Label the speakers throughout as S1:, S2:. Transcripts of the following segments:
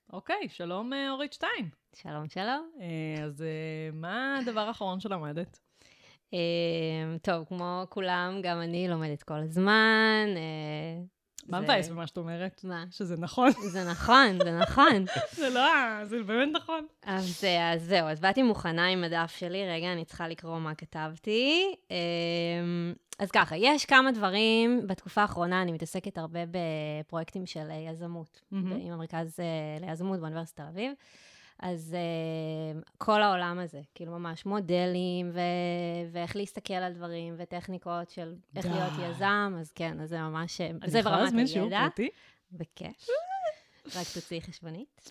S1: אוקיי, שלום אורית שטיין.
S2: שלום, שלום.
S1: אז מה הדבר האחרון שלמדת?
S2: טוב, כמו כולם, גם אני לומדת כל הזמן.
S1: מה מבאס במה שאת אומרת?
S2: מה?
S1: שזה נכון.
S2: זה נכון, זה נכון.
S1: זה באמת נכון.
S2: אז זהו, אז באתי מוכנה עם הדף שלי. רגע, אני צריכה לקרוא מה כתבתי. אז ככה, יש כמה דברים, בתקופה האחרונה אני מתעסקת הרבה בפרויקטים של יזמות, עם המרכז ליזמות באוניברסיטת תל אביב. אז כל העולם הזה, כאילו ממש מודלים ואיך להסתכל על דברים וטכניקות של איך להיות יזם, אז כן, אז זה ממש, זה ברמת הידע.
S1: אני יכולה להזמין שיעור פרטי?
S2: בכיף. רק תוציאי חשבונית.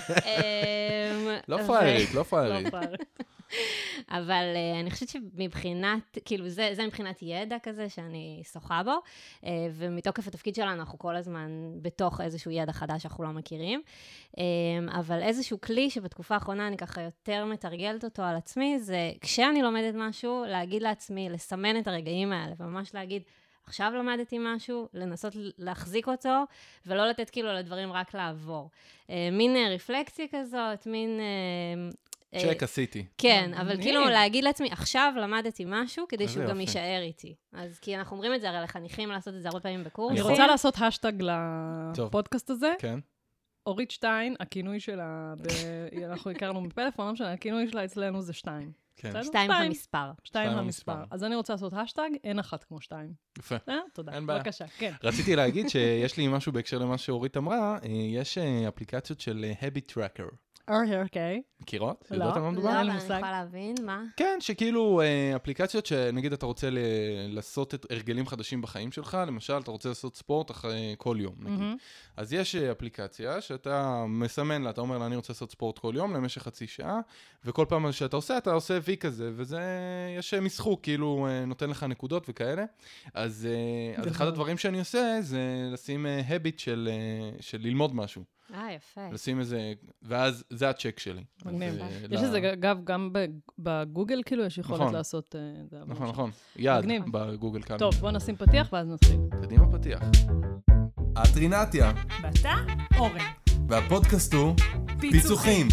S3: לא פריירית, לא פריירית.
S2: אבל אני חושבת שמבחינת, כאילו זה מבחינת ידע כזה שאני שוחה בו, ומתוקף התפקיד שלנו אנחנו כל הזמן בתוך איזשהו ידע חדש שאנחנו לא מכירים, אבל איזשהו כלי שבתקופה האחרונה אני ככה יותר מתרגלת אותו על עצמי, זה כשאני לומדת משהו, להגיד לעצמי, לסמן את הרגעים האלה, וממש להגיד, עכשיו למדתי משהו, לנסות להחזיק אותו, ולא לתת כאילו לדברים רק לעבור. מין רפלקסיה כזאת, מין...
S3: צ'ק עשיתי.
S2: כן, אבל כאילו להגיד לעצמי, עכשיו למדתי משהו, כדי שהוא גם יישאר איתי. אז כי אנחנו אומרים את זה, הרי לחניכים לעשות את זה הרבה פעמים בקורסים.
S1: אני רוצה לעשות השטג לפודקאסט הזה.
S3: כן.
S1: אורית שטיין, הכינוי שלה, אנחנו הכרנו מפלאפון, לא משנה, הכינוי שלה אצלנו זה 2.
S3: כן.
S2: 2 המספר.
S1: 2 המספר. אז אני רוצה לעשות השטג, אין אחת כמו 2.
S3: יפה.
S1: תודה.
S3: אין בעיה.
S1: בבקשה, כן.
S3: רציתי להגיד שיש לי משהו בהקשר למה שאורית אמרה, יש אפליקציות של Habit Tracker.
S1: אוקיי.
S3: מכירות?
S1: לא.
S3: יודעות על מה מדובר?
S2: לא,
S1: אין
S2: אבל
S1: לי
S2: אני
S1: מושג.
S2: יכולה להבין, מה?
S3: כן, שכאילו אפליקציות שנגיד אתה רוצה לעשות את הרגלים חדשים בחיים שלך, למשל אתה רוצה לעשות ספורט אחרי כל יום, נגיד. אז יש אפליקציה שאתה מסמן לה, אתה אומר לה, אני רוצה לעשות ספורט כל יום למשך חצי שעה, וכל פעם שאתה עושה וי כזה, וזה, יש משחוק, כאילו נותן לך נקודות וכאלה. אז אחד הדברים שאני עושה, זה לשים הביט של ללמוד משהו.
S2: יפה.
S3: לשים איזה, ואז זה הצ'ק שלי.
S1: מגניב. יש איזה, אגב, גם בגוגל, כאילו, יש יכולת לעשות...
S3: נכון. יד בגוגל כאן.
S1: טוב, בוא נשים פתיח ואז נתחיל.
S3: קדימה פתיח. את רינתיה.
S1: ואתה, אורן.
S3: והפודקאסט הוא פיצוחים.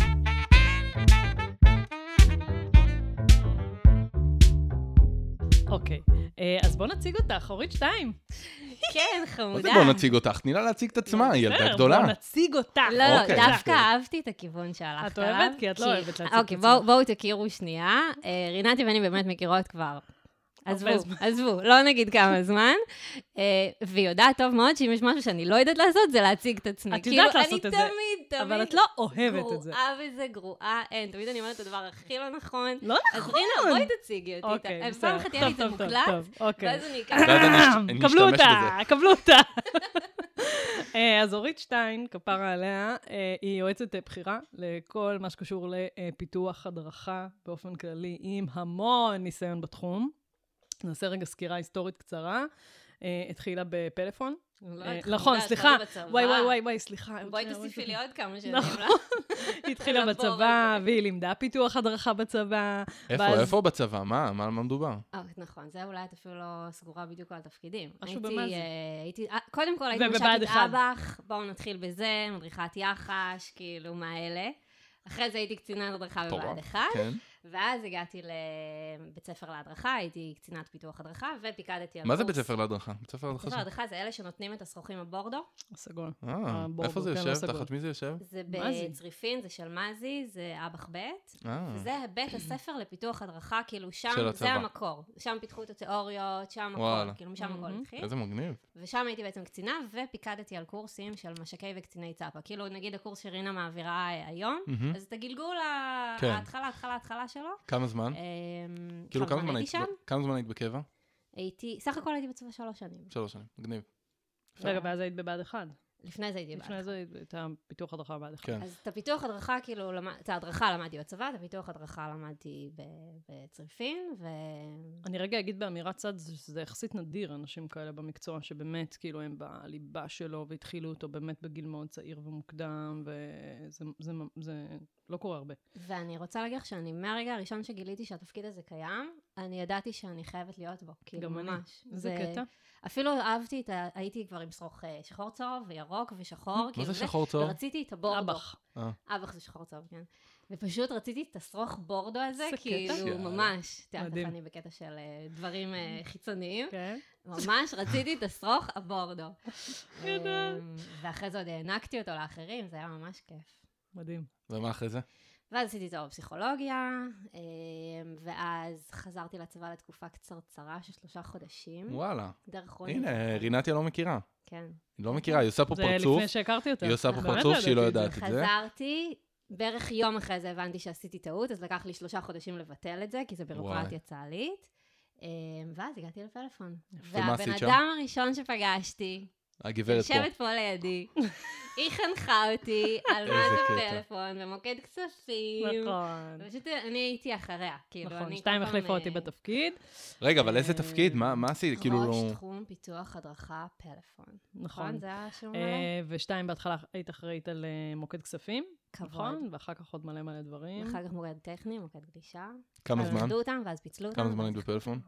S1: אוקיי, אז בוא נציג אותך, אורית שטיין.
S2: כן, חמודה.
S3: מה זה בוא נציג אותך? תני לה להציג את עצמה, היא ילדה גדולה.
S1: בוא נציג אותך.
S2: לא,
S3: אוקיי.
S2: דווקא אהבתי את הכיוון שהלכת עליו.
S1: את אוהבת? כי את לא אוהבת להציג את
S2: אוקיי,
S1: עצמה.
S2: בואו תכירו שנייה. רינתי ואני באמת מכירות כבר. עזבו, לא נגיד כמה זמן. והיא יודעת טוב מאוד שאם יש משהו שאני לא יודעת לעשות, זה להציג את עצמי.
S1: את יודעת לעשות את זה,
S2: תמיד,
S1: אבל את לא אוהבת את זה.
S2: גרועה וזה גרועה, אין, תמיד אני אומרת את הדבר הכי לא נכון.
S1: לא
S2: אז
S1: נכון.
S2: רינה, בואי תציגי אותי.
S1: אוקיי,
S2: פעם אחת תהיה לי את זה מוקלט, ואז אני אקח.
S1: קבלו אותה, קבלו אותה. אז אורית שטיין, כפרה עליה, היא יועצת בחירה לכל מה שקשור לפיתוח הדרכה באופן כללי, עם המון ניסיון בתחום. נעשה רגע סקירה היסטורית קצרה. התחילה בפלאפון. נכון, סליחה. וואי, סליחה.
S2: בואי תוסיפי לי עוד כמה שנים.
S1: היא התחילה בצבא, והיא לימדה פיתוח הדרכה בצבא.
S3: איפה בצבא? מה מדובר?
S2: נכון, זה אולי את אפילו לא סגורה בדיוק על התפקידים.
S1: משהו במה זה?
S2: קודם כל הייתי משקית אב"ח, בואו נתחיל בזה, מדריכת יחש, כאילו מה אלה. אחרי זה הייתי קצינת הדרכה בבה"ד 1. ואז הגעתי לבית ספר להדרכה, הייתי קצינת פיתוח הדרכה, ופיקדתי על קורס.
S3: מה זה בית ספר להדרכה? בית ספר
S2: להדרכה זה אלה שנותנים את השרוכים הבורדו.
S1: הסגול.
S3: איפה זה יושב? תחת מי זה יושב?
S2: זה בצריפין, זה של מזי, זה אב"ח ב'. וזה בית הספר לפיתוח הדרכה, כאילו שם, זה המקור. שם פיתחו את התיאוריות, שם הכל, כאילו משם הכל התחיל.
S3: איזה מגניב.
S2: ושם הייתי בעצם קצינה, ופיקדתי על קורסים של משקי וקציני צפה. כאילו נגיד הקורס שרינה מעבירה היום, אז את הגלגול ההתחלה שלו.
S3: כמה זמן? כאילו כמה זמן היית בקבע?
S2: סך הכל הייתי בצבא 3 שנים.
S3: 3 שנים, מגניב.
S1: רגע, ואז היית בבה"ד 1.
S2: לפני זה הייתי בבה"ד 1.
S1: לפני זה הייתה פיתוח הדרכה בבה"ד 1.
S2: אז את הפיתוח הדרכה, כאילו, את ההדרכה למדתי בצבא, את הפיתוח הדרכה למדתי בצריפין,
S1: אני רגע אגיד באמירת צד, זה יחסית נדיר, אנשים כאלה במקצוע, שבאמת, כאילו, הם בליבה שלו, והתחילו אותו באמת בגיל מאוד צעיר ומוקדם, וזה לא קורה הרבה.
S2: ואני רוצה להגיד שאני מהרגע הראשון שגיליתי שהתפקיד הזה קיים, אני ידעתי שאני חייבת להיות בו, כאילו
S1: גם אני.
S2: ממש.
S1: איזה קטע?
S2: אפילו אהבתי הייתי כבר עם שרוך שחור צהוב וירוק ושחור.
S3: מה זה שחור צהוב?
S2: ורציתי את הבורדו.
S1: אבח.
S2: אבח זה שחור צהוב, כן. ופשוט רציתי את השרוך בורדו הזה,
S1: איזה
S2: כאילו ממש.
S1: מדהים.
S2: אני בקטע של דברים חיצוניים.
S1: כן.
S2: ממש רציתי את השרוך הבורדו.
S1: גדול.
S2: ואחרי זה עוד הענקתי אותו לאחרים, זה היה ממש כיף.
S1: מדהים.
S3: ומה אחרי זה?
S2: ואז עשיתי תואר בפסיכולוגיה, ואז חזרתי לצבא לתקופה קצרצרה של 3 חודשים.
S3: וואלה.
S2: דרך רוני.
S3: הנה, רינתיה לא מכירה.
S2: כן.
S3: היא לא מכירה, היא עושה פה
S1: זה
S3: פרצוף.
S1: לפני שהכרתי אותה.
S3: היא עושה פה
S1: באמת
S3: פרצוף שהיא לא
S1: ידעתי את
S3: יודעת את זה.
S2: חזרתי, בערך יום אחרי זה הבנתי שעשיתי טעות, אז לקח לי 3 חודשים לבטל את זה, כי זה בירוקרטיה צה"לית. ואז הגעתי לפלאפון.
S3: ומה עשית שם?
S2: והבן אדם הראשון שפגשתי,
S3: הגברת פה.
S2: יושבת פה לידי, היא חנכה אותי על מה
S3: איזה
S2: זה
S3: קטע.
S2: פלאפון, ומוקד כספים.
S1: נכון.
S2: פשוט אני הייתי אחריה, כאילו,
S1: נכון,
S2: אני
S1: שתיים
S2: כל
S1: החליפה
S2: פעם,
S1: אותי בתפקיד.
S3: רגע, אבל איזה תפקיד? מה עשית? כאילו...
S2: ראש תחום פיתוח הדרכה פלאפון.
S1: נכון.
S2: זה היה שום מלא?
S1: ושתיים בהתחלה היית אחראית על מוקד כספים.
S2: כבוד.
S1: נכון, ואחר כך עוד מלא דברים.
S2: אחר כך מוקד טכני, מוקד גלישה.
S3: כמה
S2: אז
S3: זמן?
S2: עבדו אותם, ואז פיצלו אותם.
S3: כמה זמן
S2: ואז-
S3: היית בפלאפון?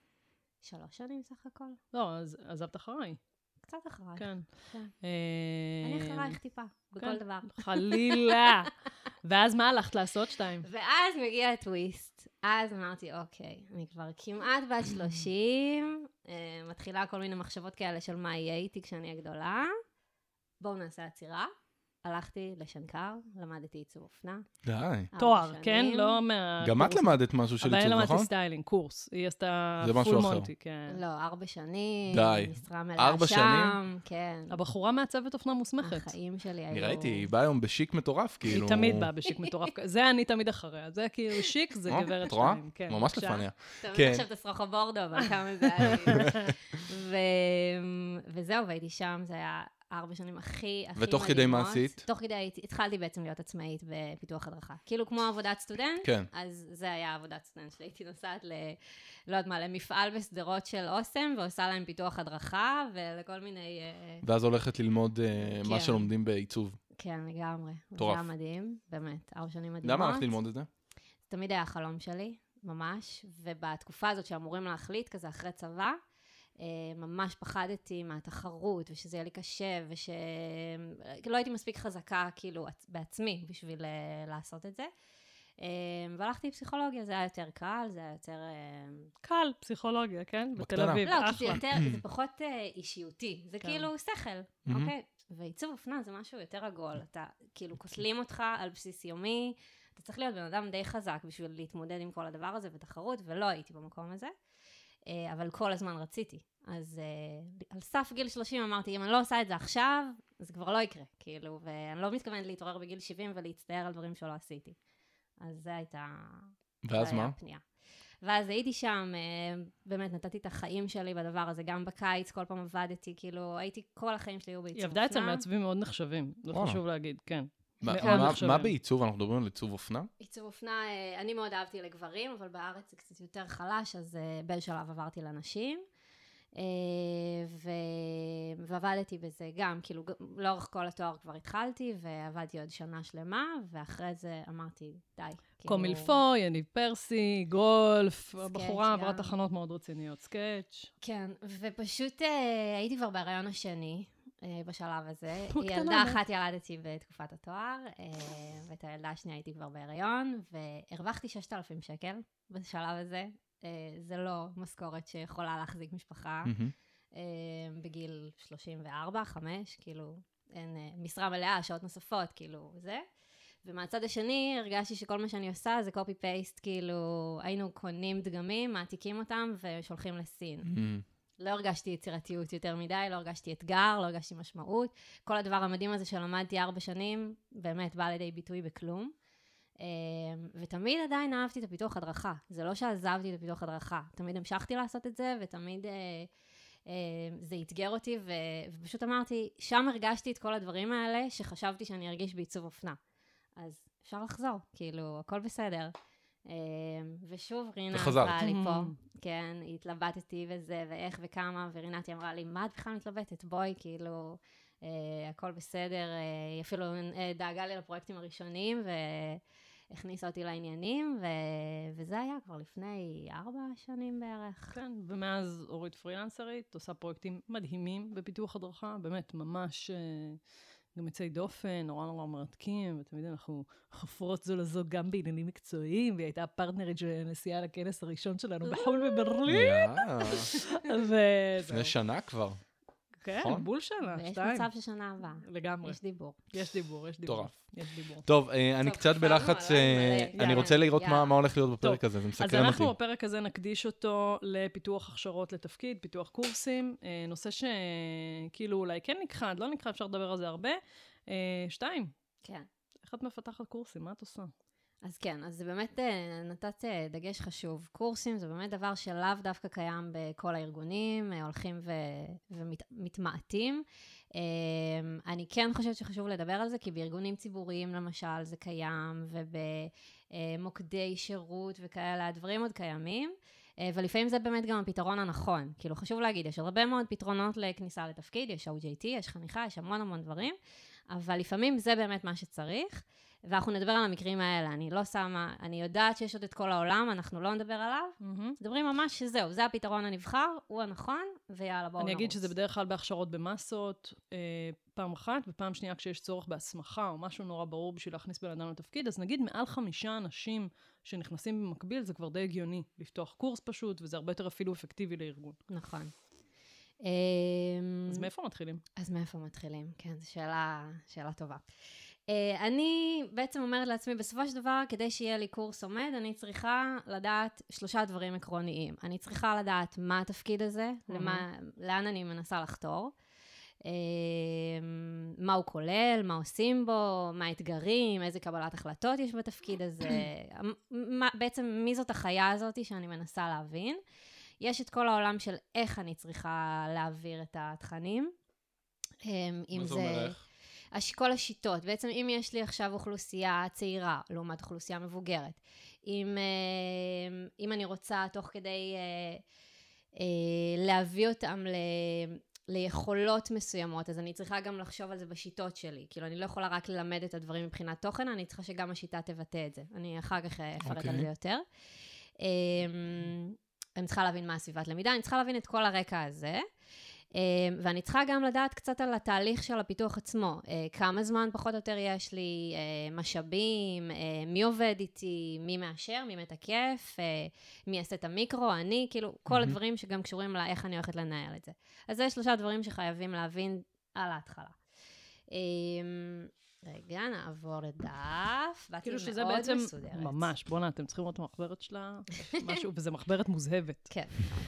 S2: 3 שנים סך הכל.
S1: לא, אז עזבת אחריי.
S2: קצת אחריי.
S1: כן.
S2: כן.
S1: אה,
S2: אני אחרייך טיפה, בכל
S1: כן.
S2: דבר.
S1: חלילה. ואז מה הלכת לעשות 2?
S2: ואז מגיע הטוויסט. אז אמרתי, אוקיי, אני כבר כמעט בת 30, מתחילה כל מיני מחשבות כאלה של מה יהיה איתי כשאני הגדולה. בואו נעשה עצירה. הלכתי לשנקר, למדתי עיצוב אופנה.
S3: די.
S2: 4
S1: תואר,
S2: שנים.
S1: כן? לא מה...
S3: גם את למדת משהו של
S1: אבל אני
S3: עיצוב,
S1: למדתי
S3: נכון?
S1: סטיילינג, קורס. היא עשתה
S3: זה משהו
S1: פול
S3: אחר.
S1: מונטי, כן.
S2: לא, 4 שנים.
S3: די.
S2: משרה מלאה
S3: 4
S2: שם.
S3: שנים?
S2: כן.
S1: הבחורה מעצבת אופנה מוסמכת.
S2: החיים שלי היו...
S3: אני ראיתי, היא באה היום בשיק מטורף, כאילו...
S1: היא תמיד באה בשיק מטורף. זה אני תמיד אחריה. זה כאילו שיק, זה גברת
S3: את רואה?
S1: שתיים. כן,
S3: ממש
S1: בבקשה.
S3: לפניה.
S2: תמיד
S3: כן.
S2: עכשיו תסרוך הבורדו, אבל כמה זה היה לי. וזהו, והייתי שם, זה היה 4 שנים הכי מדהימות.
S3: ותוך כדי מה עשית?
S2: תוך כדי התחלתי בעצם להיות עצמאית בפיתוח הדרכה. כאילו כמו עבודת סטודנט,
S3: כן.
S2: אז זה היה עבודת סטודנט שלי. הייתי נוסעת לא יודעת מה, למפעל בסדרות של אוסם, ועושה להם פיתוח הדרכה, ולכל מיני...
S3: ואז הולכת ללמוד מה
S2: כן.
S3: שלומדים בעיצוב.
S2: כן, לגמרי. זה
S3: מטורף.
S2: היה מדהים, באמת, 4 שנים מדהימות.
S3: למה הלכת ללמוד את זה?
S2: זה תמיד היה החלום שלי, ממש, ובתקופה הזאת שאמורים להחליט, כזה אחרי צבא, ממש פחדתי מהתחרות, ושזה יהיה לי קשה, ושלא הייתי מספיק חזקה, כאילו, בעצמי, בשביל לעשות את זה. והלכתי לפסיכולוגיה, זה היה יותר קל, זה היה יותר...
S1: קל, פסיכולוגיה, כן? בתל
S3: בקטנה.
S1: אביב,
S2: לא, כי זה
S1: אחלה.
S2: יותר, זה פחות אישיותי, זה
S1: כן.
S2: כאילו שכל, אוקיי? ועיצוב אופנה זה משהו יותר עגול, אתה כאילו קוטלים אותך על בסיס יומי, אתה צריך להיות בן אדם די חזק בשביל להתמודד עם כל הדבר הזה ותחרות, ולא הייתי במקום הזה, אבל כל הזמן רציתי. אז על סף גיל 30 אמרתי, אם אני לא עושה את זה עכשיו, זה כבר לא יקרה, כאילו, ואני לא מתכוונת להתעורר בגיל 70 ולהצטער על דברים שלא עשיתי. אז זה הייתה...
S3: ואז מה?
S2: הפנייה. ואז הייתי שם, באמת נתתי את החיים שלי בדבר הזה, גם בקיץ, כל פעם עבדתי, כאילו, הייתי, כל החיים שלי היו בעיצוב
S1: היא
S2: אופנה.
S1: עבדה אצל מעצבים מאוד נחשבים, זה
S3: וואלה.
S1: חשוב להגיד, כן.
S3: מה-
S1: מאוד
S3: מה-
S1: נחשבים.
S3: מה בעיצוב? אנחנו מדברים על עיצוב אופנה?
S2: עיצוב אופנה, אני מאוד אהבתי לגברים, אבל בארץ זה קצת יותר חלש, אז בשלב עברתי לנשים. ועבדתי בזה גם, כאילו, לאורך כל התואר כבר התחלתי, ועבדתי עוד שנה שלמה, ואחרי זה אמרתי, די.
S1: קומילפו, יניב פרסי, גולף, הבחורה עברה
S2: גם.
S1: תחנות מאוד רציניות, סקאץ'.
S2: כן, ופשוט הייתי כבר בהיריון השני, בשלב הזה.
S1: קטנה,
S2: ילדה אחת ילדתי בתקופת התואר, ואת הילדה השנייה הייתי כבר בהיריון, והרווחתי 6,000 שקל בשלב הזה. זה לא משכורת שיכולה להחזיק משפחה בגיל 34, 5, כאילו, אין משרה מלאה, שעות נוספות, כאילו, זה. ומהצד השני הרגשתי שכל מה שאני עושה זה קופי פייסט, כאילו, היינו קונים דגמים, מעתיקים אותם ושולחים לסין. לא הרגשתי יצירתיות יותר מדי, לא הרגשתי אתגר, לא הרגשתי משמעות. כל הדבר המדהים הזה שלמדתי 4 שנים, באמת בא לידי ביטוי בכלום. ותמיד עדיין אהבתי את הפיתוח הדרכה. זה לא שעזבתי את הפיתוח הדרכה. תמיד המשכתי לעשות את זה, ותמיד זה התגר אותי, ופשוט אמרתי, שם הרגשתי את כל הדברים האלה, שחשבתי שאני ארגיש בעיצוב אופנה. אז אפשר לחזור, כאילו, הכל בסדר. ושוב, רינה עזרה לי פה. כן, התלבטתי וזה, ואיך וכמה, ורינתי אמרה לי, מה את בכלל מתלבטת? בואי, כאילו, הכל בסדר. היא אפילו דאגה לי לפרויקטים הראשונים, הכניסה אותי לעניינים, וזה היה כבר לפני 4 שנים בערך.
S1: כן, ומאז אורית פרילנסרית, עושה פרויקטים מדהימים בפיתוח הדרכה, באמת ממש גם יוצאי דופן, נורא נורא מרתקים, ותמיד אנחנו חופרות זו לזו גם בעניינים מקצועיים, והיא הייתה הפרטנרית של נסיעה לכנס הראשון שלנו בחו"ל בברלין.
S3: לפני שנה כבר.
S1: כן, בול שנה,
S2: ויש מצב ששנה הבאה.
S1: לגמרי.
S2: יש דיבור.
S1: יש דיבור.
S3: טוב, אני קצת בלחץ, אני רוצה לראות מה הולך להיות בפרק הזה, זה מסקרן אותי.
S1: אז אנחנו בפרק הזה נקדיש אותו לפיתוח הכשרות לתפקיד, פיתוח קורסים, נושא שכאילו אולי כן נכחד, לא נכחד, אפשר לדבר על זה הרבה. 2.
S2: כן.
S1: איך את מפתחת קורסים? מה את עושה?
S2: אז כן, אז זה באמת נתת דגש חשוב. קורסים זה באמת דבר שלאו דווקא קיים בכל הארגונים, הולכים ומתמעטים. אני כן חושבת שחשוב לדבר על זה, כי בארגונים ציבוריים למשל זה קיים, ובמוקדי שירות וכאלה, הדברים עוד קיימים, ולפעמים זה באמת גם הפתרון הנכון. כאילו חשוב להגיד, יש הרבה מאוד פתרונות לכניסה לתפקיד, יש OJT, יש חניכה, יש המון דברים, אבל לפעמים זה באמת מה שצריך. ואנחנו נדבר על המקרים האלה, אני לא שמה, אני יודעת שיש עוד את כל העולם, אנחנו לא נדבר עליו, מדברים ממש שזהו, זה הפתרון הנבחר, הוא הנכון, ויאללה, בואו נרוץ.
S1: אני אגיד שזה בדרך כלל בהכשרות במסות, פעם אחת, ופעם שנייה כשיש צורך בהסמכה, או משהו נורא ברור בשביל להכניס בן אדם לתפקיד, אז נגיד מעל 5 אנשים שנכנסים במקביל, זה כבר די הגיוני לפתוח קורס פשוט, וזה הרבה יותר אפילו אפקטיבי לארגון.
S2: נכון.
S1: אז מאיפה מתחילים?
S2: כן, זו שאלה טובה. אני בעצם אומרת לעצמי, בסופו של דבר, כדי שיהיה לי קורס עומד, אני צריכה לדעת 3 דברים עקרוניים. אני צריכה לדעת מה התפקיד הזה, לאן אני מנסה לחתור, מה הוא כולל, מה עושים בו, מה האתגרים, איזה קבלת החלטות יש בתפקיד הזה, בעצם מי זאת החיה הזאת שאני מנסה להבין. יש את כל העולם של איך אני צריכה להעביר את התכנים.
S3: מה זה אומר איך?
S2: כל השיטות, בעצם אם יש לי עכשיו אוכלוסייה צעירה, לעומת אוכלוסייה מבוגרת, אם אני רוצה תוך כדי להביא אותם ליכולות מסוימות, אז אני צריכה גם לחשוב על זה בשיטות שלי, כאילו אני לא יכולה רק ללמד את הדברים מבחינת תוכן, אני צריכה שגם השיטה תבטא את זה, אני אחר כך אפרט על זה יותר. אני צריכה להבין מה הסביבת למידה, אני צריכה להבין את כל הרקע הזה, ואני צריכה גם לדעת קצת על התהליך של הפיתוח עצמו, כמה זמן פחות או יותר יש לי, משאבים, מי עובד איתי, מי מאשר, מי מתקף, מי יעשה את המיקרו, אני, כאילו כל הדברים שגם קשורים לאיך אני הולכת לנהל את זה. אז זה 3 דברים שחייבים להבין על ההתחלה. רגע, נעבור לדף, באתי מאוד מסודרת. כאילו שזה בעצם,
S1: ממש, בואו אתם צריכים לראות את המחברת שלה, משהו, וזה מחברת מוזהבת.
S2: כן.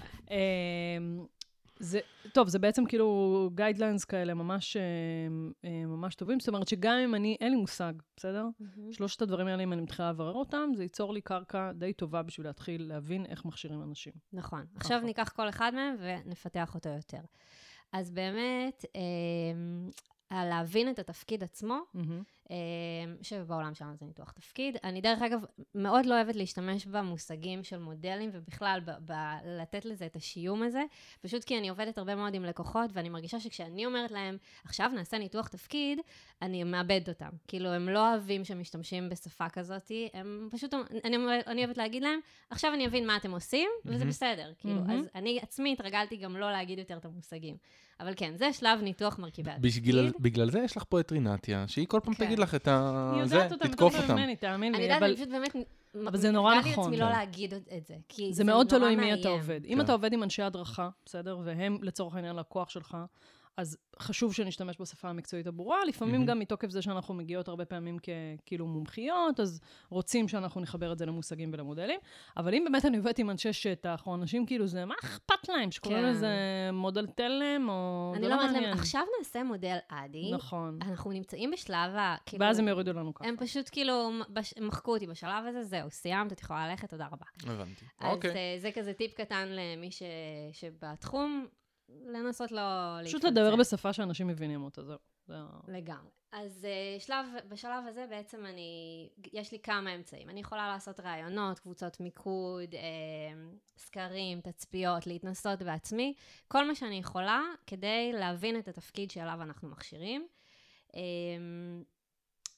S1: טוב, זה בעצם כאילו גיידליינס כאלה ממש טובים, זאת אומרת שגם אם אין לי מושג, בסדר? 3 הדברים האלה, אם אני מתחילה לברר אותם, זה ייצור לי קרקע די טובה בשביל להתחיל להבין איך מכשירים אנשים.
S2: נכון. עכשיו ניקח כל אחד מהם ונפתח אותו יותר. אז באמת, להבין את התפקיד עצמו, שבעולם שלנו זה ניתוח תפקיד. אני דרך אגב מאוד לא אוהבת להשתמש במושגים של מודלים, ובכלל לתת לזה את השיום הזה, פשוט כי אני עובדת הרבה מאוד עם לקוחות, ואני מרגישה שכשאני אומרת להם, עכשיו נעשה ניתוח תפקיד, אני מאבדת אותם. כאילו, הם לא אוהבים שמשתמשים בשפה כזאת, הם פשוט, אני אוהבת להגיד להם, עכשיו אני אבין מה אתם עושים, וזה בסדר. כאילו, אז אני עצמי התרגלתי גם לא להגיד יותר את המושגים. אבל כן, זה שלב ניתוח מרכיבי התפקיד.
S3: בגלל זה יש לך פה את רינתיה, שהיא כל פעם תגיד לך את זה, תתקוף אותם.
S1: אני יודעת,
S2: אני פשוט באמת,
S1: אבל זה נורא נכון.
S2: נגע לי עצמי לא להגיד את זה,
S1: זה מאוד תלוי מי אתה עובד. אם אתה עובד עם אנשי הדרכה, בסדר, והם לצורך העניין לקוח שלך, אז חשוב שנשתמש בשפה המקצועית הברורה, לפעמים גם מתוקף זה שאנחנו מגיעות הרבה פעמים ככאילו מומחיות, אז רוצים שאנחנו נחבר את זה למושגים ולמודלים, אבל אם באמת אני עובדת עם אנשי שטח, או אנשים כאילו זה, מה אכפת להם, שקוראים לזה מודל תלם, או...
S2: אני לא אומרת להם, עכשיו נעשה מודל אדי,
S1: נכון.
S2: אנחנו נמצאים בשלב
S1: ואז הם יורידו לנו ככה.
S2: הם פשוט כאילו מחקו אותי בשלב הזה, זהו, סיימת, את יכולה ללכת, תודה רבה.
S3: הבנתי.
S2: אז זה כזה טיפ קטן למי שבתחום, לנסות לא להתפצל.
S1: פשוט לדבר בשפה שאנשים מבינים אותה, זהו.
S2: לגמרי. אז בשלב הזה בעצם יש לי כמה אמצעים. אני יכולה לעשות רעיונות, קבוצות מיקוד, סקרים, תצפיות, להתנסות בעצמי, כל מה שאני יכולה כדי להבין את התפקיד שאליו אנחנו מכשירים.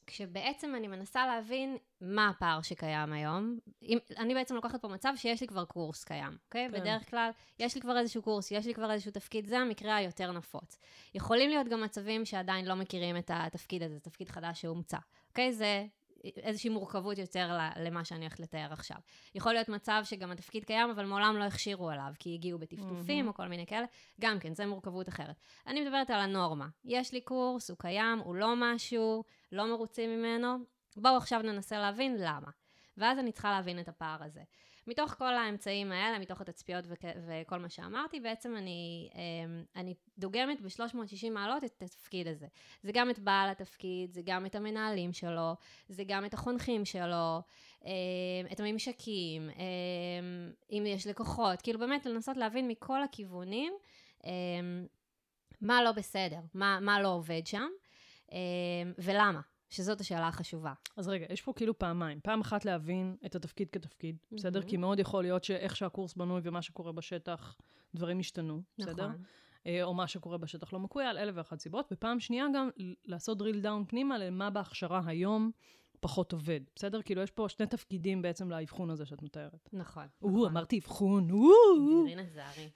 S2: כשבעצם אני מנסה להבין מה הפער שקיים היום. אני בעצם לוקחת פה מצב שיש לי כבר קורס קיים, אוקיי? כן. בדרך כלל, יש לי כבר איזשהו קורס, יש לי כבר איזשהו תפקיד, זה המקרה היותר נפוץ. יכולים להיות גם מצבים שעדיין לא מכירים את התפקיד הזה, זה תפקיד חדש שהומצא, אוקיי? זה איזושהי מורכבות יותר למה שאני הולכת לתאר עכשיו. יכול להיות מצב שגם התפקיד קיים, אבל מעולם לא הכשירו עליו, כי הגיעו בטפטופים או כל מיני כאלה. גם כן, זה מורכבות אחרת. אני מדברת על הנורמה. יש לי קורס, הוא קיים, הוא לא משהו, לא מרוצים ממנו. בואו עכשיו ננסה להבין למה. ואז אני צריכה להבין את הפער הזה. מתוך כל האמצעים האלה, מתוך התצפיות וכל מה שאמרתי, בעצם אני דוגמת ב-360 מעלות את התפקיד הזה. זה גם את בעל התפקיד, זה גם את המנהלים שלו, זה גם את החונכים שלו, את הממשקים, אם יש לקוחות, כאילו באמת לנסות להבין מכל הכיוונים מה לא בסדר, מה לא עובד שם, ולמה. שזאת השאלה החשובה.
S1: אז רגע, יש פה כאילו פעמיים. פעם אחת להבין את התפקיד כתפקיד, בסדר? כי מאוד יכול להיות שאיך שהקורס בנוי ומה שקורה בשטח, דברים השתנו, בסדר? או מה שקורה בשטח לא מקויה, על 1,001 סיבות. ופעם שנייה גם לעשות drill down פנימה למה בהכשרה היום פחות עובד, בסדר? כאילו יש פה שני תפקידים בעצם לאבחון הזה שאת מתארת.
S2: נכון.
S1: אמרתי אבחון,
S2: רינה זרי.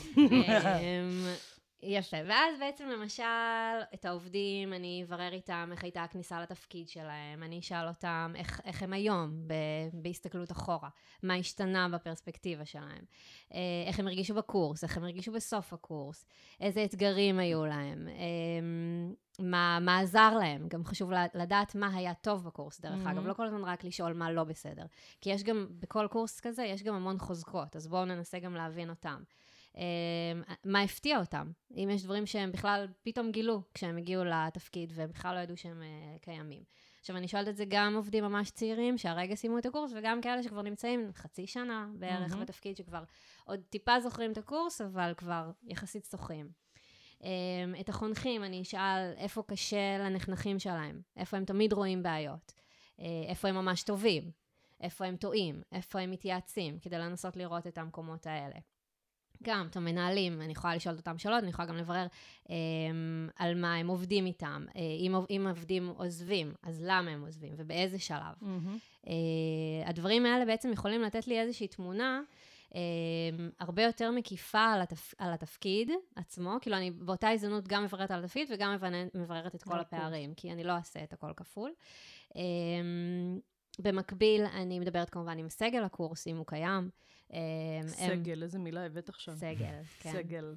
S2: יפה, ואז בעצם למשל את העובדים, אני אברר איתם איך הייתה הכניסה לתפקיד שלהם, אני אשאל אותם איך הם היום בהסתכלות אחורה, מה השתנה בפרספקטיבה שלהם, איך הם הרגישו בקורס, איך הם הרגישו בסוף הקורס, איזה אתגרים היו להם, מה עזר להם, גם חשוב לדעת מה היה טוב בקורס, דרך אגב, לא כל הזמן רק לשאול מה לא בסדר, כי יש גם, בכל קורס כזה, יש גם המון חוזקות, אז בואו ננסה גם להבין אותם. מה הפתיע אותם, אם יש דברים שהם בכלל פתאום גילו כשהם הגיעו לתפקיד והם בכלל לא ידעו שהם קיימים. עכשיו אני שואלת את זה גם עובדים ממש צעירים שהרגע סיימו את הקורס וגם כאלה שכבר נמצאים חצי שנה בערך בתפקיד שכבר עוד טיפה זוכרים את הקורס אבל כבר יחסית שוחים. את החונכים אני אשאל איפה קשה לנחנכים שלהם, איפה הם תמיד רואים בעיות, איפה הם ממש טובים, איפה הם טועים, איפה הם מתייעצים כדי לנסות לראות את המקומות האלה. גם את המנהלים, אני יכולה לשאול אותם שאלות, אני יכולה גם לברר על מה הם עובדים איתם. אם עובדים עוזבים, אז למה הם עוזבים ובאיזה שלב. הדברים האלה בעצם יכולים לתת לי איזושהי תמונה הרבה יותר מקיפה על התפקיד עצמו, כאילו אני באותה הזדמנות גם מבררת על התפקיד וגם מבררת את כל הפערים, כי אני לא אעשה את הכל כפול. במקביל, אני מדברת כמובן עם סגל הקורס, אם הוא קיים.
S1: סגל, איזה מילה הבאת עכשיו?
S2: סגל, כן.
S1: סגל.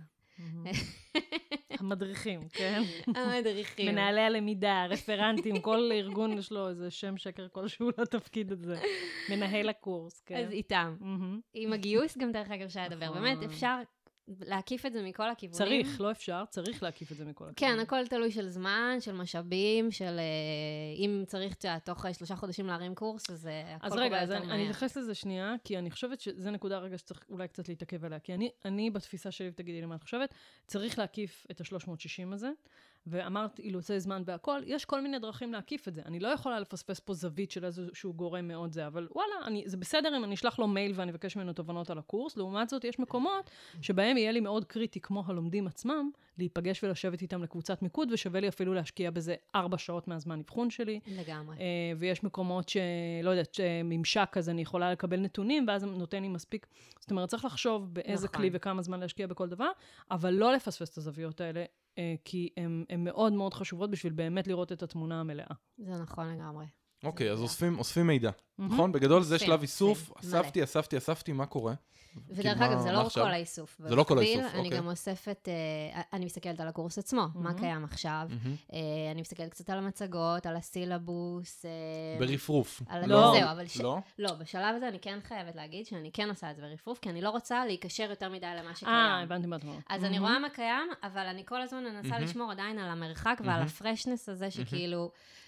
S1: המדריכים, כן?
S2: המדריכים.
S1: מנהלי הלמידה, רפרנטים, כל ארגון יש לו איזה שם שקר כלשהו לתפקיד הזה. מנהל הקורס, כן.
S2: אז איתם. עם הגיוס גם דרך אגב אפשר לדבר. באמת אפשר להקיף את זה מכל הכיוונים.
S1: צריך, לא אפשר, צריך להקיף את זה מכל הכיוונים.
S2: כן, הכל תלוי של זמן, של משאבים, של אם צריך תוך 3 חודשים להרים קורס, אז הכל קורה יותר מהר.
S1: אז רגע, אני אתייחס לזה שנייה, כי אני חושבת שזה נקודה רגע שצריך אולי קצת להתעכב עליה, כי אני בתפיסה שלי, ותגידי לי מה את חושבת, צריך להקיף את ה-360 הזה, ואמרת, אילוצי זמן והכל, יש כל מיני דרכים להקיף את זה. אני לא יכולה לפספס פה זווית של איזשהו גורם מאוד זה, אבל וואלה, זה בסדר אם אני אשלח לו מייל ואני אבקש ממנו תובנות על הקורס. לעומת זאת, יש מקומות שבהם יהיה לי מאוד קריטי, כמו הלומדים עצמם, להיפגש ולשבת איתם לקבוצת מיקוד, ושווה לי אפילו להשקיע בזה 4 שעות מהזמן אבחון שלי.
S2: לגמרי.
S1: ויש מקומות שלא יודעת, שממשק כזה אני יכולה לקבל נתונים, ואז נותן לי מספיק. זאת אומרת, צריך לחשוב באיזה כלי וכמה זמן להשקיע בכל דבר, אבל לא לפספס את הזוויות האלה, כי הן מאוד מאוד חשובות בשביל באמת לראות את התמונה המלאה.
S2: זה נכון לגמרי.
S3: אוקיי, אז אוספים מידע, נכון? בגדול זה שלב איסוף, אספתי, מה קורה?
S2: ודרך אגב, זה לא כל האיסוף.
S3: זה לא כל האיסוף, אוקיי.
S2: אני גם אוספת, אני מסתכלת על הקורס עצמו, מה קיים עכשיו. אני מסתכלת קצת על המצגות, על הסילבוס.
S3: ברפרוף.
S2: לא, לא, בשלב הזה אני כן חייבת להגיד שאני כן עושה את זה ברפרוף, כי אני לא רוצה להיקשר יותר מדי למה שקיים.
S1: הבנתי מה את אומרת.
S2: אז אני רואה מה קיים, אבל אני כל הזמן מנסה לשמור עדיין על המרחק ועל הפרשנס הזה שכאילו...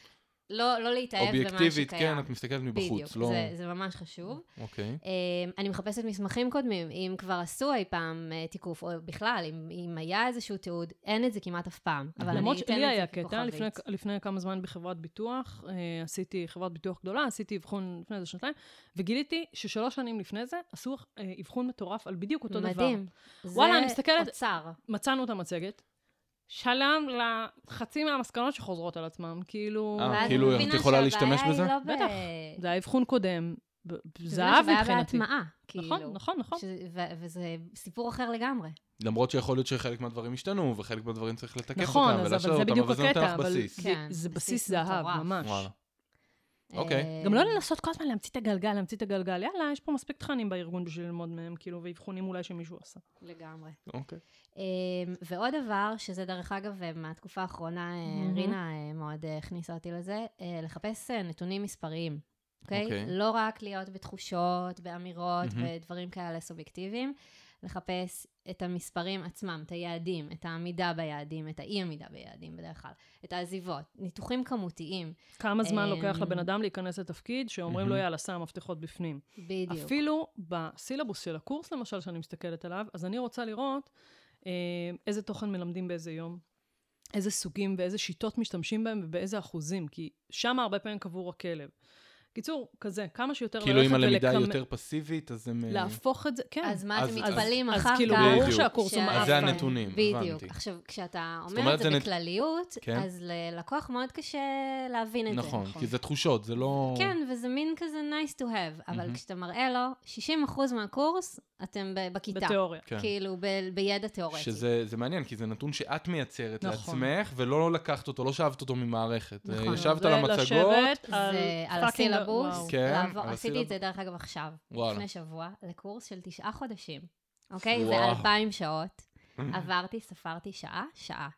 S2: לא להתאהב במה שקיים.
S3: אובייקטיבית, כן, את מסתכלת מבחוץ.
S2: בדיוק,
S3: לא...
S2: זה ממש חשוב.
S3: אוקיי.
S2: אני מחפשת מסמכים קודמים, אם כבר עשו אי פעם תיקוף, או בכלל, אם היה איזשהו תיעוד, אין את זה כמעט אף פעם.
S1: למרות שלי היה קטע, לפני כמה זמן בחברת ביטוח, עשיתי חברת ביטוח גדולה, עשיתי אבחון לפני איזה 2 וגיליתי ש3 שנים לפני זה, עשו אבחון מטורף על בדיוק אותו דבר.
S2: מדהים.
S1: וואלה, אני מסתכלת,
S2: אוצר.
S1: מצאנו את המצגת, שלם לחצי מהמסקנות שחוזרות על עצמם, כאילו...
S3: כאילו, את יכולה להשתמש בזה?
S1: בטח, זה האבחון קודם.
S2: זה אהב מבחינתי. בהטמעה,
S1: כאילו. נכון.
S2: וזה סיפור אחר לגמרי.
S3: למרות שיכול להיות שחלק מהדברים השתנו, וחלק מהדברים צריך לתקף
S1: נכון,
S3: אותם, ולאשר אותם,
S1: בדיוק
S3: אבל זה נותן לך
S1: הקטע,
S3: בסיס.
S1: כן, זה בסיס זהב, ממש.
S3: אוקיי.
S1: גם לא לנסות כל הזמן להמציא את הגלגל, יאללה, יש פה מספיק תכנים בארגון בשביל ללמוד מהם, כאילו, ואבחונים אולי שמישהו עשה.
S2: לגמרי.
S3: אוקיי.
S2: ועוד דבר, שזה דרך אגב, מהתקופה האחרונה, רינה מאוד הכניסה אותי לזה, לחפש נתונים מספריים. אוקיי? לא רק להיות בתחושות, באמירות, בדברים כאלה סובייקטיביים, לחפש את המספרים עצמם, את היעדים, את העמידה ביעדים, את האי-עמידה ביעדים בדרך כלל, את העזיבות, ניתוחים כמותיים.
S1: כמה זמן לוקח לבן אדם להיכנס לתפקיד, שאומרים לו, יאללה, שם מפתחות בפנים.
S2: בדיוק.
S1: אפילו בסילבוס של הקורס, למשל, שאני מסתכלת עליו, אז אני רוצה לראות איזה תוכן מלמדים באיזה יום, איזה סוגים ואיזה שיטות משתמשים בהם ובאיזה אחוזים, כי שם הרבה פעמים קבור הכלב. קיצור, כזה, כמה שיותר
S3: כאילו אם הלמידה היא יותר פסיבית, אז הם...
S1: להפוך את זה, כן.
S2: אז מה, אתם מתפלים אחר כך?
S1: אז כאילו, ברור שהקורס הוא מאפן.
S3: אז זה הנתונים,
S2: בדיוק.
S3: הבנתי.
S2: עכשיו, כשאתה אומר את זה בכלליות, אז ללקוח מאוד קשה להבין את זה.
S3: נכון, כי זה תחושות, זה לא...
S2: כן, וזה מין כזה nice to have, אבל כשאתה מראה לו, 60% מהקורס, אתם בכיתה.
S1: בתיאוריה.
S2: כאילו, בידע תיאורטי.
S3: שזה מעניין, כי זה נתון שאת מייצרת לעצמך, ולא לקחת אותו, לא שאבת אותו ממערכת. ישבת על המצגות.
S2: על הסילבוס. עשיתי את זה דרך אגב עכשיו, לפני שבוע, לקורס של 9 חודשים. אוקיי? זה 2,000 שעות. עברתי, ספרתי שעה,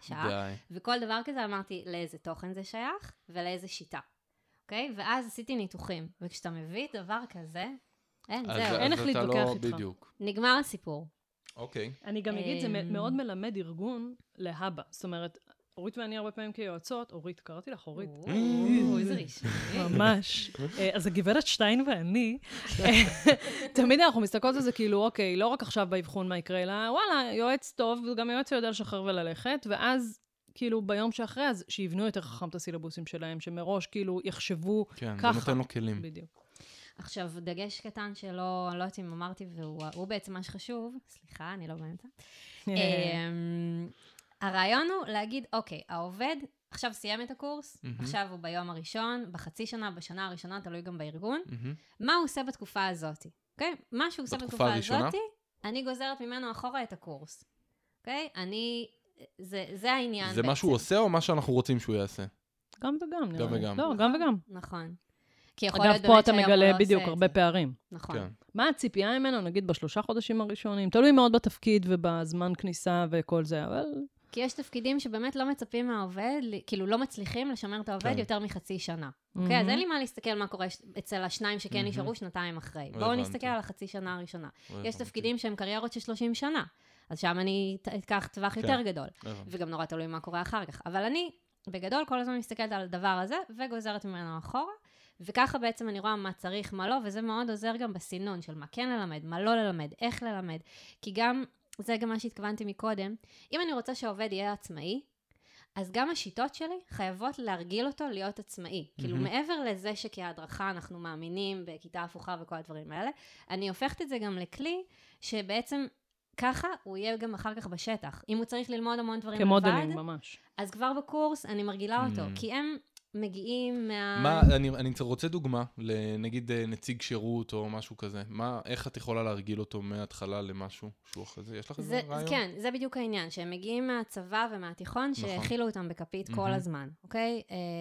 S2: וכל דבר כזה אמרתי לאיזה תוכן זה שייך, ולאיזה שיטה. אוקיי? ואז עשיתי ניתוחים. וכשאתה מביא דבר כזה,
S1: אין איך להתווכח איתך.
S2: נגמר הסיפור.
S3: אוקיי.
S1: אני גם אגיד, זה מאוד מלמד ארגון להבא. זאת אומרת, אורית ואני הרבה פעמים כיועצות, אורית, קראתי לך אורית.
S2: איזה רשמי.
S1: ממש. אז הגברת שטיין ואני, תמיד אנחנו מסתכלות על זה כאילו, אוקיי, לא רק עכשיו באבחון מה יקרה, אלא וואלה, יועץ טוב, וגם יועץ שיודע לשחרר וללכת, ואז כאילו ביום שאחרי, אז שיבנו יותר חכם את הסילבוסים שלהם, שמראש כאילו יחשבו ככה.
S3: כן, זה נותן לו כלים.
S1: בדיוק.
S2: עכשיו, דגש קטן שלא, לא יודעת אם אמרתי, והוא בעצם מה שחשוב, סליחה, אני לא באמצע. הרעיון הוא להגיד, אוקיי, העובד עכשיו סיים את הקורס, עכשיו הוא ביום הראשון, בחצי שנה, בשנה הראשונה, תלוי גם בארגון, מה הוא עושה בתקופה הזאת? אוקיי? מה שהוא עושה בתקופה הזאת, אני גוזרת ממנו אחורה את הקורס. אוקיי? זה העניין בעצם.
S3: זה מה שהוא עושה או מה שאנחנו רוצים שהוא יעשה?
S1: גם וגם, נראה.
S3: גם וגם.
S1: לא, גם וגם.
S2: נכון.
S1: אגב, פה אתה מגלה בדיוק הרבה פערים.
S2: נכון.
S1: מה הציפייה ממנו, נגיד, ב3 חודשים הראשונים? תלוי מאוד בתפקיד ובזמן כניסה וכל זה, אבל...
S2: כי יש תפקידים שבאמת לא מצפים מהעובד, כאילו לא מצליחים לשמר את העובד יותר מחצי שנה. אוקיי, אז אין לי מה להסתכל מה קורה אצל השניים שכן נשארו שנתיים אחרי. בואו נסתכל על החצי שנה הראשונה. יש תפקידים שהם קריירות של 30 שנה, אז שם אני אקח טווח יותר גדול. וגם נורא תלוי מה קורה אחר כך. אבל אני, בגדול, כל הזמן מסתכלת על הדבר הזה, וגוזרת ממנו אחורה, וככה בעצם אני רואה מה צריך, מה לא, וזה מאוד עוזר גם בסינון של מה כן ללמד, מה לא ללמד, איך ללמד. כי גם, זה גם מה שהתכוונתי מקודם, אם אני רוצה שהעובד יהיה עצמאי, אז גם השיטות שלי חייבות להרגיל אותו להיות עצמאי. כאילו מעבר לזה שכהדרכה אנחנו מאמינים בכיתה הפוכה וכל הדברים האלה, אני הופכת את זה גם לכלי שבעצם ככה הוא יהיה גם אחר כך בשטח. אם הוא צריך ללמוד המון דברים לבד,
S1: כמודלים ממש.
S2: אז כבר בקורס אני מרגילה אותו, כי הם מגיעים
S3: אני רוצה דוגמה, נגיד נציג שירות או משהו כזה. איך את יכולה להרגיל אותו מההתחלה למשהו שהוא אחרי זה? יש לך איזה רעיון?
S2: כן, זה בדיוק העניין, שהם מגיעים מהצבא ומהתיכון, שהכילו אותם בכפית כל הזמן, אוקיי?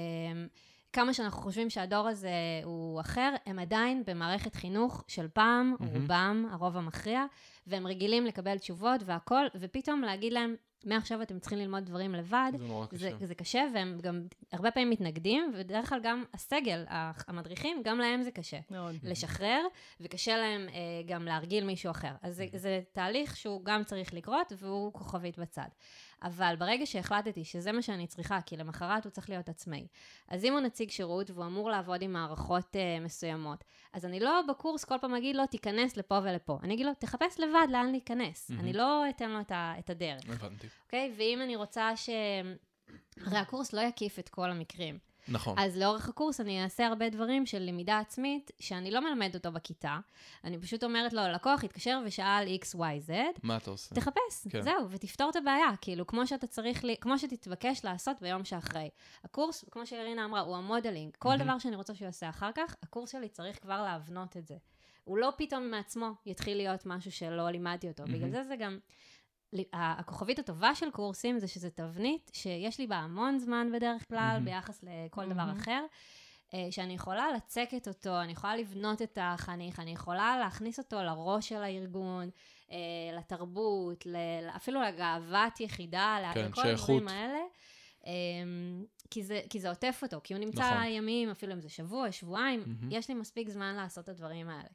S2: כמה שאנחנו חושבים שהדור הזה הוא אחר, הם עדיין במערכת חינוך של פעם, רובם, הרוב המכריע, והם רגילים לקבל תשובות והכל, ופתאום להגיד להם, מעכשיו אתם צריכים ללמוד דברים לבד, זה קשה, והם גם הרבה פעמים מתנגדים, ודרך כלל גם הסגל, המדריכים, גם להם זה קשה. לשחרר, וקשה להם גם להרגיל מישהו אחר. אז זה תהליך שהוא גם צריך לקרות, והוא כוכבית בצד. אבל ברגע שהחלטתי שזה מה שאני צריכה, כי למחרת הוא צריך להיות עצמאי, אז אם הוא נציג שירות, והוא אמור לעבוד עם מערכות מסוימות, אז אני לא בקורס כל פעם אגיד לו, תיכנס לפה ולפה. אני אגיד לו, תחפש לבד לאן להיכנס. אני לא אתן לו את הדרך.
S3: הבנתי.
S2: אוקיי? ואם אני רוצה הרי הקורס לא יקיף את כל המקרים.
S3: נכון.
S2: אז לאורך הקורס אני אעשה הרבה דברים של למידה עצמית, שאני לא מלמד אותו בכיתה, אני פשוט אומרת לו, לקוח התקשר ושאל XYZ,
S3: מה אתה עושה?
S2: תחפש,
S3: כן.
S2: זהו, ותפתור את הבעיה, כאילו, כמו שתתבקש לעשות ביום שאחרי. הקורס, כמו שאירינה אמרה, הוא המודלינג. כל דבר שאני רוצה שהוא יעשה אחר כך, הקורס שלי צריך כבר להבנות את זה. הוא לא פתאום מעצמו יתחיל להיות משהו שלא לימדתי אותו. בגלל זה גם, הכוכבית הטובה של קורסים זה שזה תבנית שיש לי בה המון זמן בדרך כלל, ביחס לכל דבר אחר, שאני יכולה לצקת אותו, אני יכולה לבנות את החניך, אני יכולה להכניס אותו לראש של הארגון, לתרבות, אפילו לגאוות יחידה, לכל הדברים האלה. כי זה עוטף אותו, כי הוא נמצא ימים, אפילו אם זה שבוע, שבועיים, יש לי מספיק זמן לעשות את הדברים האלה.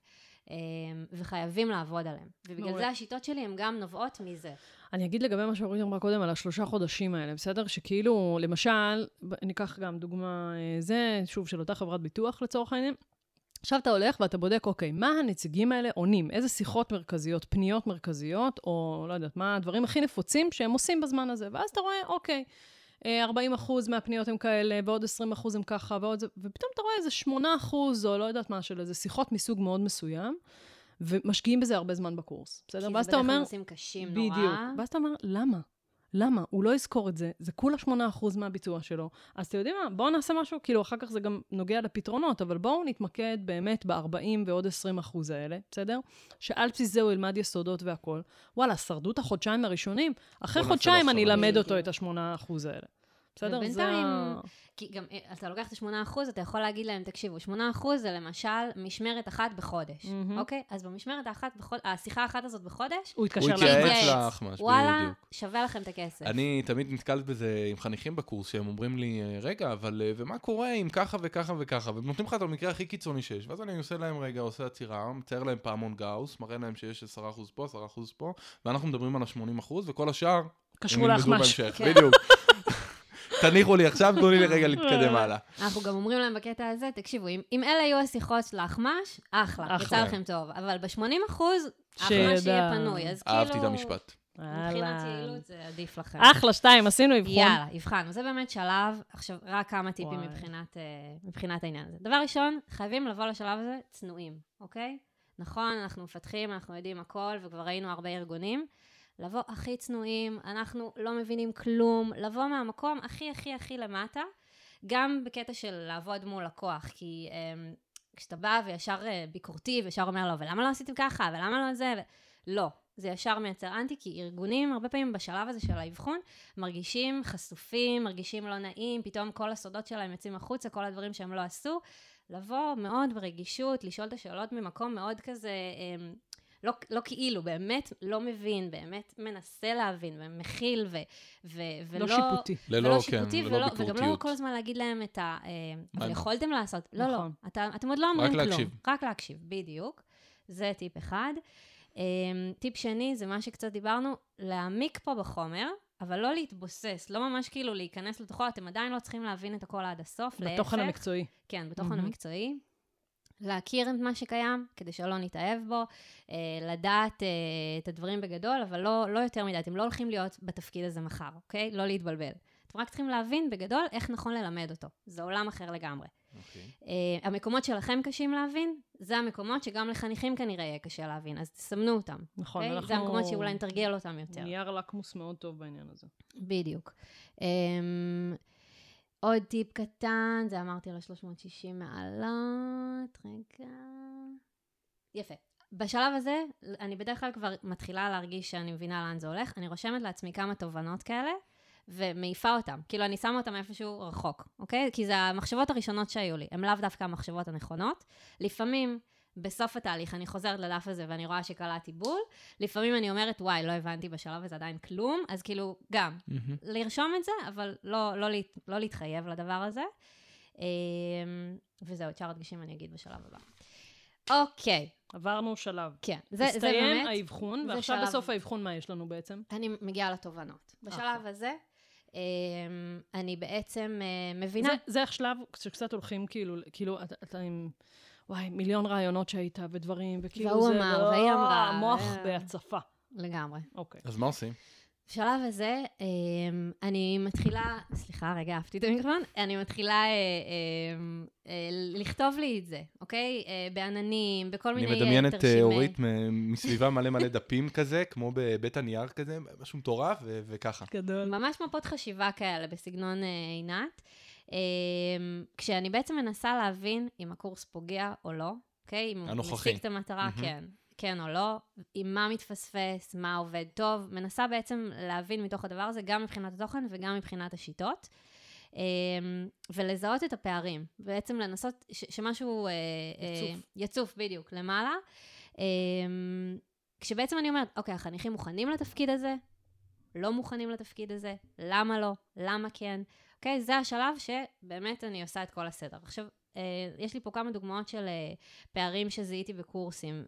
S2: וחייבים לעבוד עליהם. ובגלל זה השיטות שלי הן גם נובעות מזה.
S1: אני אגיד לגבי מה שאורית אמרה קודם על 3 חודשים האלה, בסדר? שכאילו, למשל, ניקח גם דוגמה זה, שוב, של אותה חברת ביטוח לצורך העניין, עכשיו אתה הולך ואתה בודק, אוקיי, מה הנציגים האלה עונים? איזה שיחות מרכזיות, פניות מרכזיות, או לא יודעת, מה הדברים הכי נפוצים שהם עושים בזמן הזה? ואז אתה רואה, אוקיי, 40% מהפניות הם כאלה, ועוד 20% הם ככה, ופתאום אתה רואה איזה 8% או לא יודעת מה של איזה שיחות מסוג מאוד מסוים, ומשקיעים בזה הרבה זמן בקורס. בסדר?
S2: כי זה בדרך כלל נושאים קשים נורא.
S1: בדיוק. ואז אתה אומר, למה? למה? הוא לא יזכור את זה, זה כולה 8% מהביצוע שלו. אז אתם יודעים מה? בואו נעשה משהו, כאילו אחר כך זה גם נוגע לפתרונות, אבל בואו נתמקד באמת ב-40 ועוד 20% האלה, בסדר? שעל בסיס זה הוא ילמד יסודות והכל. וואלה, שרדו את החודשיים הראשונים, אחרי חודשיים אני אלמד אותו את ה-8% האלה. בסדר?
S2: ובינתיים, כי גם אתה לוקח את ה-8%, אתה יכול להגיד להם, תקשיבו, 8% זה למשל משמרת אחת בחודש, אוקיי? אז במשמרת האחת בחודש, השיחה האחת הזאת בחודש,
S1: הוא יתקשר
S3: לך ממש,
S2: וואלה, שווה לכם את הכסף.
S3: אני תמיד נתקלת בזה עם חניכים בקורס, שהם אומרים לי, רגע, אבל ומה קורה אם ככה וככה וככה, והם נותנים לך את המקרה הכי קיצוני שיש, ואז אני עושה להם רגע, עושה עצירה, מצייר להם פעמון גאוס, מראה להם שיש 10% פה, 10% פה, ואנחנו מדברים על ה-80%, וכל השאר,
S1: קשרו לך משהו.
S3: בדיוק. תניחו לי עכשיו, תנו לי לרגע להתקדם הלאה.
S2: אנחנו גם אומרים להם בקטע הזה, תקשיבו, אם אלה היו השיחות של האחמש, אחלה, יצא לכם טוב. אבל ב-80%, אחמש יהיה פנוי, אז כאילו...
S3: אהבתי את המשפט.
S2: מבחינת יעילות זה עדיף לכם.
S1: אחלה, 2, עשינו אבחון.
S2: יאללה, הבחנו. זה באמת שלב, עכשיו רק כמה טיפים מבחינת העניין הזה. דבר ראשון, חייבים לבוא לשלב הזה צנועים, אוקיי? נכון, אנחנו מפתחים, אנחנו יודעים הכל, וכבר ראינו הרבה ארגונים. לבוא הכי צנועים, אנחנו לא מבינים כלום, לבוא מהמקום הכי למטה, גם בקטע של לעבוד מול לקוח, כי כשאתה בא וישר ביקורתי, וישר אומר לו, ולמה לא עשיתם ככה, ולמה לא זה, לא, זה ישר מייצר אנטי, כי ארגונים הרבה פעמים בשלב הזה של האבחון, מרגישים חשופים, מרגישים לא נעים, פתאום כל הסודות שלהם יוצאים החוצה, כל הדברים שהם לא עשו, לבוא מאוד ברגישות, לשאול את השאלות ממקום מאוד כזה... לא כאילו, באמת לא מבין, באמת מנסה להבין, ומכיל, ולא...
S1: לא שיפוטי.
S3: לא שיפוטי,
S2: וגם לא כל הזמן להגיד להם את ה... אבל יכולתם לעשות. לא, אתם עוד לא אומרים כלום. רק להקשיב, בדיוק. זה טיפ אחד. טיפ שני, זה מה שקצת דיברנו, להעמיק פה בחומר, אבל לא להתבוסס, לא ממש כאילו להיכנס לתוכו, אתם עדיין לא צריכים להבין את הכל עד הסוף, להפך.
S1: בתוכן המקצועי.
S2: כן, בתוכן המקצועי. להכיר את מה שקיים, כדי שלא נתאהב בו, לדעת את הדברים בגדול, אבל לא יותר מדי, אתם לא הולכים להיות בתפקיד הזה מחר, אוקיי? לא להתבלבל. אתם רק צריכים להבין בגדול איך נכון ללמד אותו. זה עולם אחר לגמרי. המקומות שלכם קשים להבין, זה המקומות שגם לחניכים כנראה יהיה קשה להבין, אז תסמנו אותם.
S1: נכון,
S2: זה המקומות שאולי נתרגל אותם יותר.
S1: נייר לקמוס מאוד טוב בעניין הזה.
S2: בדיוק. עוד טיפ קטן, זה אמרתי על 360 מעלות, רגע. יפה. בשלב הזה, אני בדרך כלל כבר מתחילה להרגיש שאני מבינה לאן זה הולך, אני רושמת לעצמי כמה תובנות כאלה, ומעיפה אותם. כאילו, אני שמה אותם איפשהו רחוק, אוקיי? כי זה המחשבות הראשונות שהיו לי, הן לאו דווקא המחשבות הנכונות. לפעמים, בסוף התהליך, אני חוזרת לדף הזה ואני רואה שקלעתי בול. לפעמים אני אומרת, וואי, לא הבנתי בשלב הזה עדיין כלום, אז כאילו, גם, לרשום את זה, אבל לא להתחייב לדבר הזה. וזהו, את שאר הדגשים אני אגיד בשלב הבא. אוקיי.
S1: עברנו שלב.
S2: כן, זה באמת.
S1: הסתיים האבחון, ועכשיו בסוף האבחון מה יש לנו בעצם?
S2: אני מגיעה לתובנות. בשלב הזה, אני בעצם מבינה.
S1: זה השלב שקצת הולכים כאילו, אתה עם... וואי, מיליון רעיונות שהיית ודברים, וכאילו
S2: והוא אמר, והיא אמרה.
S1: המוח בהצפה.
S2: לגמרי.
S1: אוקיי.
S3: אז מה עושים?
S2: בשלב הזה, אני מתחילה, סליחה, רגע, אהבתי את המיקרופון, אני מתחילה לכתוב לי את זה, אוקיי? בעננים, בכל מיני
S3: תרשימי. אני מדמיין את אורית מסביבה מלא דפים כזה, כמו בבית הנייר כזה, משהו מטורף, וככה.
S1: גדול.
S2: ממש מפות חשיבה כאלה, בסגנון עינת. כשאני בעצם מנסה להבין אם הקורס פוגע או לא, אוקיי? אם הוא משיג את המטרה, כן. כן או לא, עם מה מתפספס, מה עובד טוב, מנסה בעצם להבין מתוך הדבר הזה, גם מבחינת התוכן וגם מבחינת השיטות, ולזהות את הפערים, בעצם לנסות שמשהו יצוף בדיוק למעלה, כשבעצם אני אומרת, אוקיי, החניכים מוכנים לתפקיד הזה, לא מוכנים לתפקיד הזה, למה לא, למה כן, אוקיי, זה השלב שבאמת אני עושה את כל הסדר. עכשיו, יש לי פה כמה דוגמאות של פערים שזיהיתי בקורסים.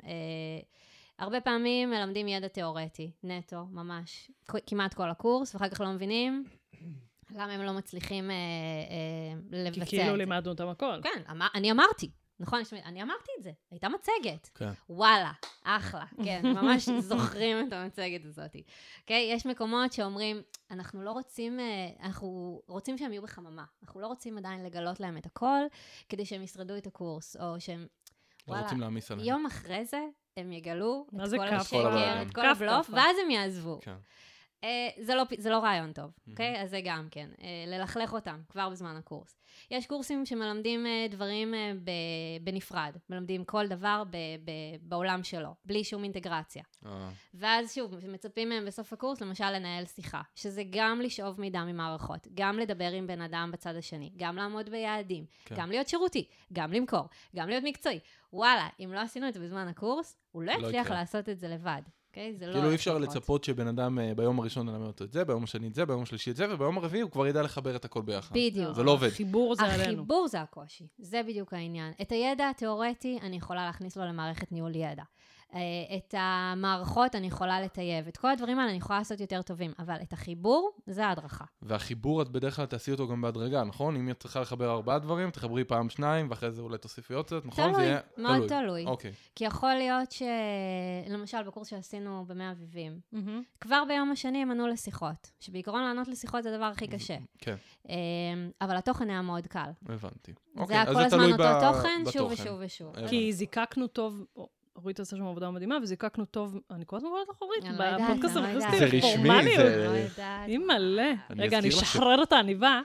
S2: הרבה פעמים מלמדים ידע תיאורטי, נטו, ממש, כמעט כל הקורס, ואחר כך לא מבינים למה הם לא מצליחים לבצע את זה.
S1: כי כאילו לימדנו אותם הכל.
S2: כן, אני אמרתי, נכון? אני אמרתי את זה, הייתה מצגת. כן. וואלה, אחלה, כן, ממש זוכרים את המצגת הזאת. אוקיי? יש מקומות שאומרים, אנחנו לא רוצים, אנחנו רוצים שהם יהיו בחממה. אנחנו לא רוצים עדיין לגלות להם את הכל, כדי שהם ישרדו את הקורס, או שהם,
S3: וואלה, רוצים להמיס עליהם.
S2: יום אחרי זה, הם יגלו את כל
S1: השקר,
S2: את כל הבלוף, ואז הם יעזבו. כן. זה לא רעיון טוב, אוקיי? אז זה גם כן, ללכלך אותם כבר בזמן הקורס. יש קורסים שמלמדים דברים בנפרד, מלמדים כל דבר בעולם שלו, בלי שום אינטגרציה. ואז שוב, מצפים מהם בסוף הקורס, למשל לנהל שיחה, שזה גם לשאוב מידע ממערכות, גם לדבר עם בן אדם בצד השני, גם לעמוד ביעדים, גם להיות שירותי, גם למכור, גם להיות מקצועי. וואלה, אם לא עשינו את זה בזמן הקורס, הוא לא יצליח לעשות את זה לבד.
S3: כאילו אי אפשר לצפות שבן אדם ביום הראשון ילמד אותו את זה, ביום השני את זה, ביום השלישי את זה, וביום הרביעי הוא כבר ידע לחבר את הכל ביחד.
S2: בדיוק.
S3: זה לא עובד.
S1: החיבור זה עלינו.
S2: החיבור זה הקושי, זה בדיוק העניין. את הידע התיאורטי אני יכולה להכניס לו למערכת ניהול ידע. את המערכות אני יכולה לטייב. את כל הדברים האלה אני יכולה לעשות יותר טובים, אבל את החיבור זה ההדרכה.
S3: והחיבור את בדרך כלל תעשי אותו גם בהדרגה, נכון? אם את צריכה לחבר 4 דברים, תחברי פעם 2, ואחרי זה אולי תוסיפי עוד קצת, נכון?
S2: תלוי, מאוד תלוי.
S3: אוקיי.
S2: כי יכול להיות למשל בקורס שעשינו במאה אביבים, כבר ביום השני הם ענו לשיחות, שבעיקרון לענות לשיחות זה הדבר הכי קשה.
S3: כן.
S2: אבל התוכן היה מאוד קל.
S3: הבנתי.
S2: זה היה כל הזמן אותו תוכן, שוב ושוב ושוב.
S1: כי זיקקנו טוב... אורית עושה שם עבודה מדהימה, וזיקקנו טוב, אני כל הזמן אומרת לך אורית, בפודקאסט המחסטי,
S3: זה רשמי, זה...
S1: היא מלא. רגע, אני אשחרר את העניבה.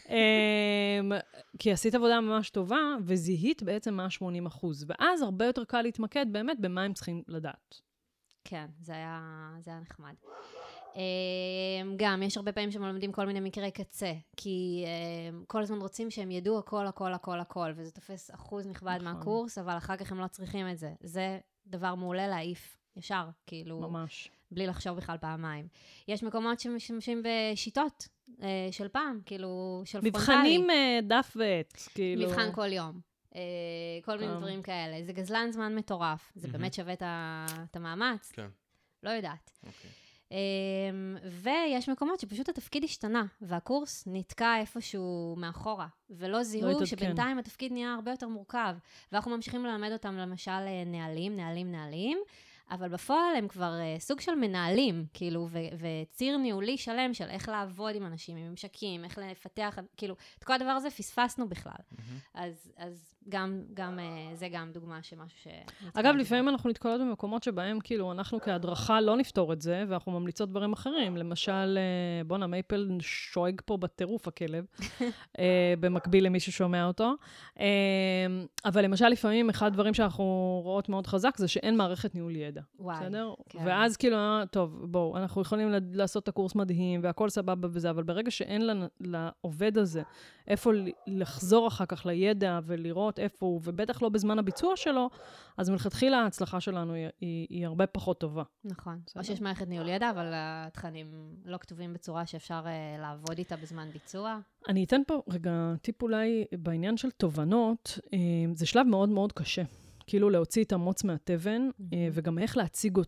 S1: כי עשית עבודה ממש טובה, וזיהית בעצם 180%, ואז הרבה יותר קל להתמקד באמת במה הם צריכים לדעת.
S2: כן, זה היה נחמד. גם, יש הרבה פעמים שמלמדים כל מיני מקרי קצה, כי כל הזמן רוצים שהם ידעו הכל, וזה תופס אחוז נכבד מהקורס, אבל אחר כך הם לא צריכים את זה. זה דבר מעולה להעיף, ישר, כאילו,
S1: ממש.
S2: בלי לחשוב בכלל פעמיים. יש מקומות שמשתמשים בשיטות של פעם, כאילו, של פרונטלי.
S1: מבחנים דף ועט, כאילו.
S2: מבחן כל יום. כל מיני דברים כאלה. זה גזלן זמן מטורף. זה באמת שווה את המאמץ.
S3: כן.
S2: לא יודעת. אוקיי. ויש מקומות שפשוט התפקיד השתנה, והקורס נתקע איפשהו מאחורה, ולא זיהו שבינתיים התפקיד נהיה הרבה יותר מורכב, ואנחנו ממשיכים ללמד אותם למשל נהלים, אבל בפועל הם כבר סוג של מנהלים, כאילו, וציר ניהולי שלם של איך לעבוד עם אנשים, עם ממשקים, איך לפתח, כאילו, את כל הדבר הזה פספסנו בכלל. אז גם זה גם דוגמה שמשהו ש...
S1: אגב, לפעמים אנחנו נתקלות במקומות שבהם, כאילו, אנחנו כהדרכה לא נפתור את זה, ואנחנו ממליצות דברים אחרים. למשל, בונה, מייפל שואג פה בטירוף הכלב, במקביל למי ששומע אותו. אבל למשל, לפעמים, אחד הדברים שאנחנו רואות מאוד חזק, זה שאין מערכת ניהול ידע. בסדר? כן. ואז כאילו, טוב, בואו, אנחנו יכולים לעשות את הקורס מדהים, והכל סבבה וזה, אבל ברגע שאין לעובד הזה איפה לחזור אחר כך לידע ולראות איפה הוא, ובטח לא בזמן הביצוע שלו, אז מלכתחילה ההצלחה שלנו היא הרבה פחות טובה.
S2: נכון. או שיש מערכת ניהול ידע, אבל התכנים לא כתובים בצורה שאפשר לעבוד איתה בזמן ביצוע.
S1: אני אתן פה רגע טיפ אולי בעניין של תובנות, זה שלב מאוד מאוד קשה. כאילו להוציא את המוץ מהתבן, וגם איך להציג אותו.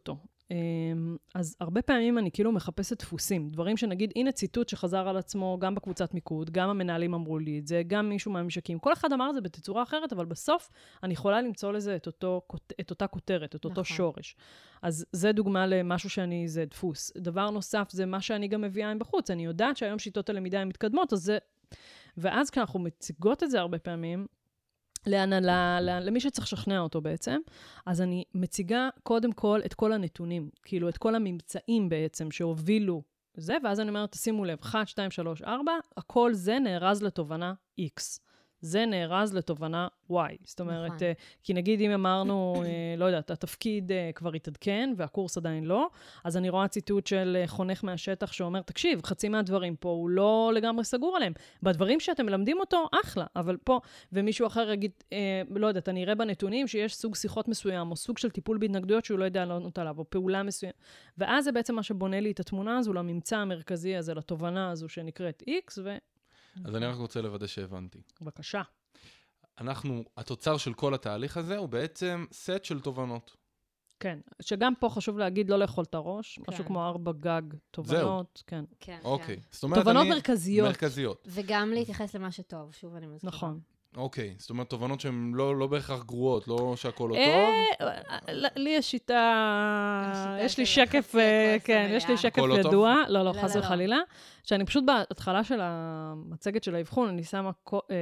S1: אז הרבה פעמים אני כאילו מחפשת דפוסים, דברים שנגיד, הנה ציטוט שחזר על עצמו גם בקבוצת מיקוד, גם המנהלים אמרו לי את זה, גם מישהו מהמשקים, כל אחד אמר את זה בתצורה אחרת, אבל בסוף אני יכולה למצוא לזה את אותה כותרת, את אותו שורש. אז זה דוגמה למשהו זה דפוס. דבר נוסף זה מה שאני גם מביאה מבחוץ, אני יודעת שהיום שיטות הלמידה הן מתקדמות, אז זה... ואז כשאנחנו מציגות את זה הרבה פעמים, להנהלה, למי שצריך לשכנע אותו בעצם, אז אני מציגה קודם כל את כל הנתונים, כאילו את כל הממצאים בעצם שהובילו זה, ואז אני אומרת, תשימו לב, 1, 2, 3, 4, הכל זה נארז לתובנה X. זה נארז לתובנה Y. זאת אומרת, כי נגיד אם אמרנו, לא יודעת, התפקיד כבר התעדכן, והקורס עדיין לא, אז אני רואה ציטוט של חונך מהשטח שאומר, תקשיב, חצי מהדברים פה הוא לא לגמרי סגור עליהם. בדברים שאתם מלמדים אותו, אחלה, אבל פה, ומישהו אחר יגיד, לא יודעת, אני אראה בנתונים שיש סוג שיחות מסוים, או סוג של טיפול בהתנגדויות שהוא לא יודע לענות עליו, או פעולה מסוים. ואז זה בעצם מה שבונה לי את התמונה הזו, לממצא המרכזי הזה, לתובנה הזו שנקראת X,
S3: אז אני רק רוצה לוודא שהבנתי.
S1: בבקשה.
S3: התוצר של כל התהליך הזה הוא בעצם סט של תובנות.
S1: כן, שגם פה חשוב להגיד לא לאכול את הראש, משהו כמו 4 גג תובנות. כן.
S3: אוקיי.
S1: תובנות מרכזיות.
S3: מרכזיות.
S2: וגם להתייחס למה שטוב, שוב אני מזכירה.
S1: נכון.
S3: אוקיי, זאת אומרת, תובנות שהן לא בהכרח גרועות, לא שהכל לא טוב.
S1: לי יש שיטה, יש לי שקף, כן, יש לי שקף ידוע, לא, חס וחלילה, שאני פשוט בהתחלה של המצגת של האבחון, אני שמה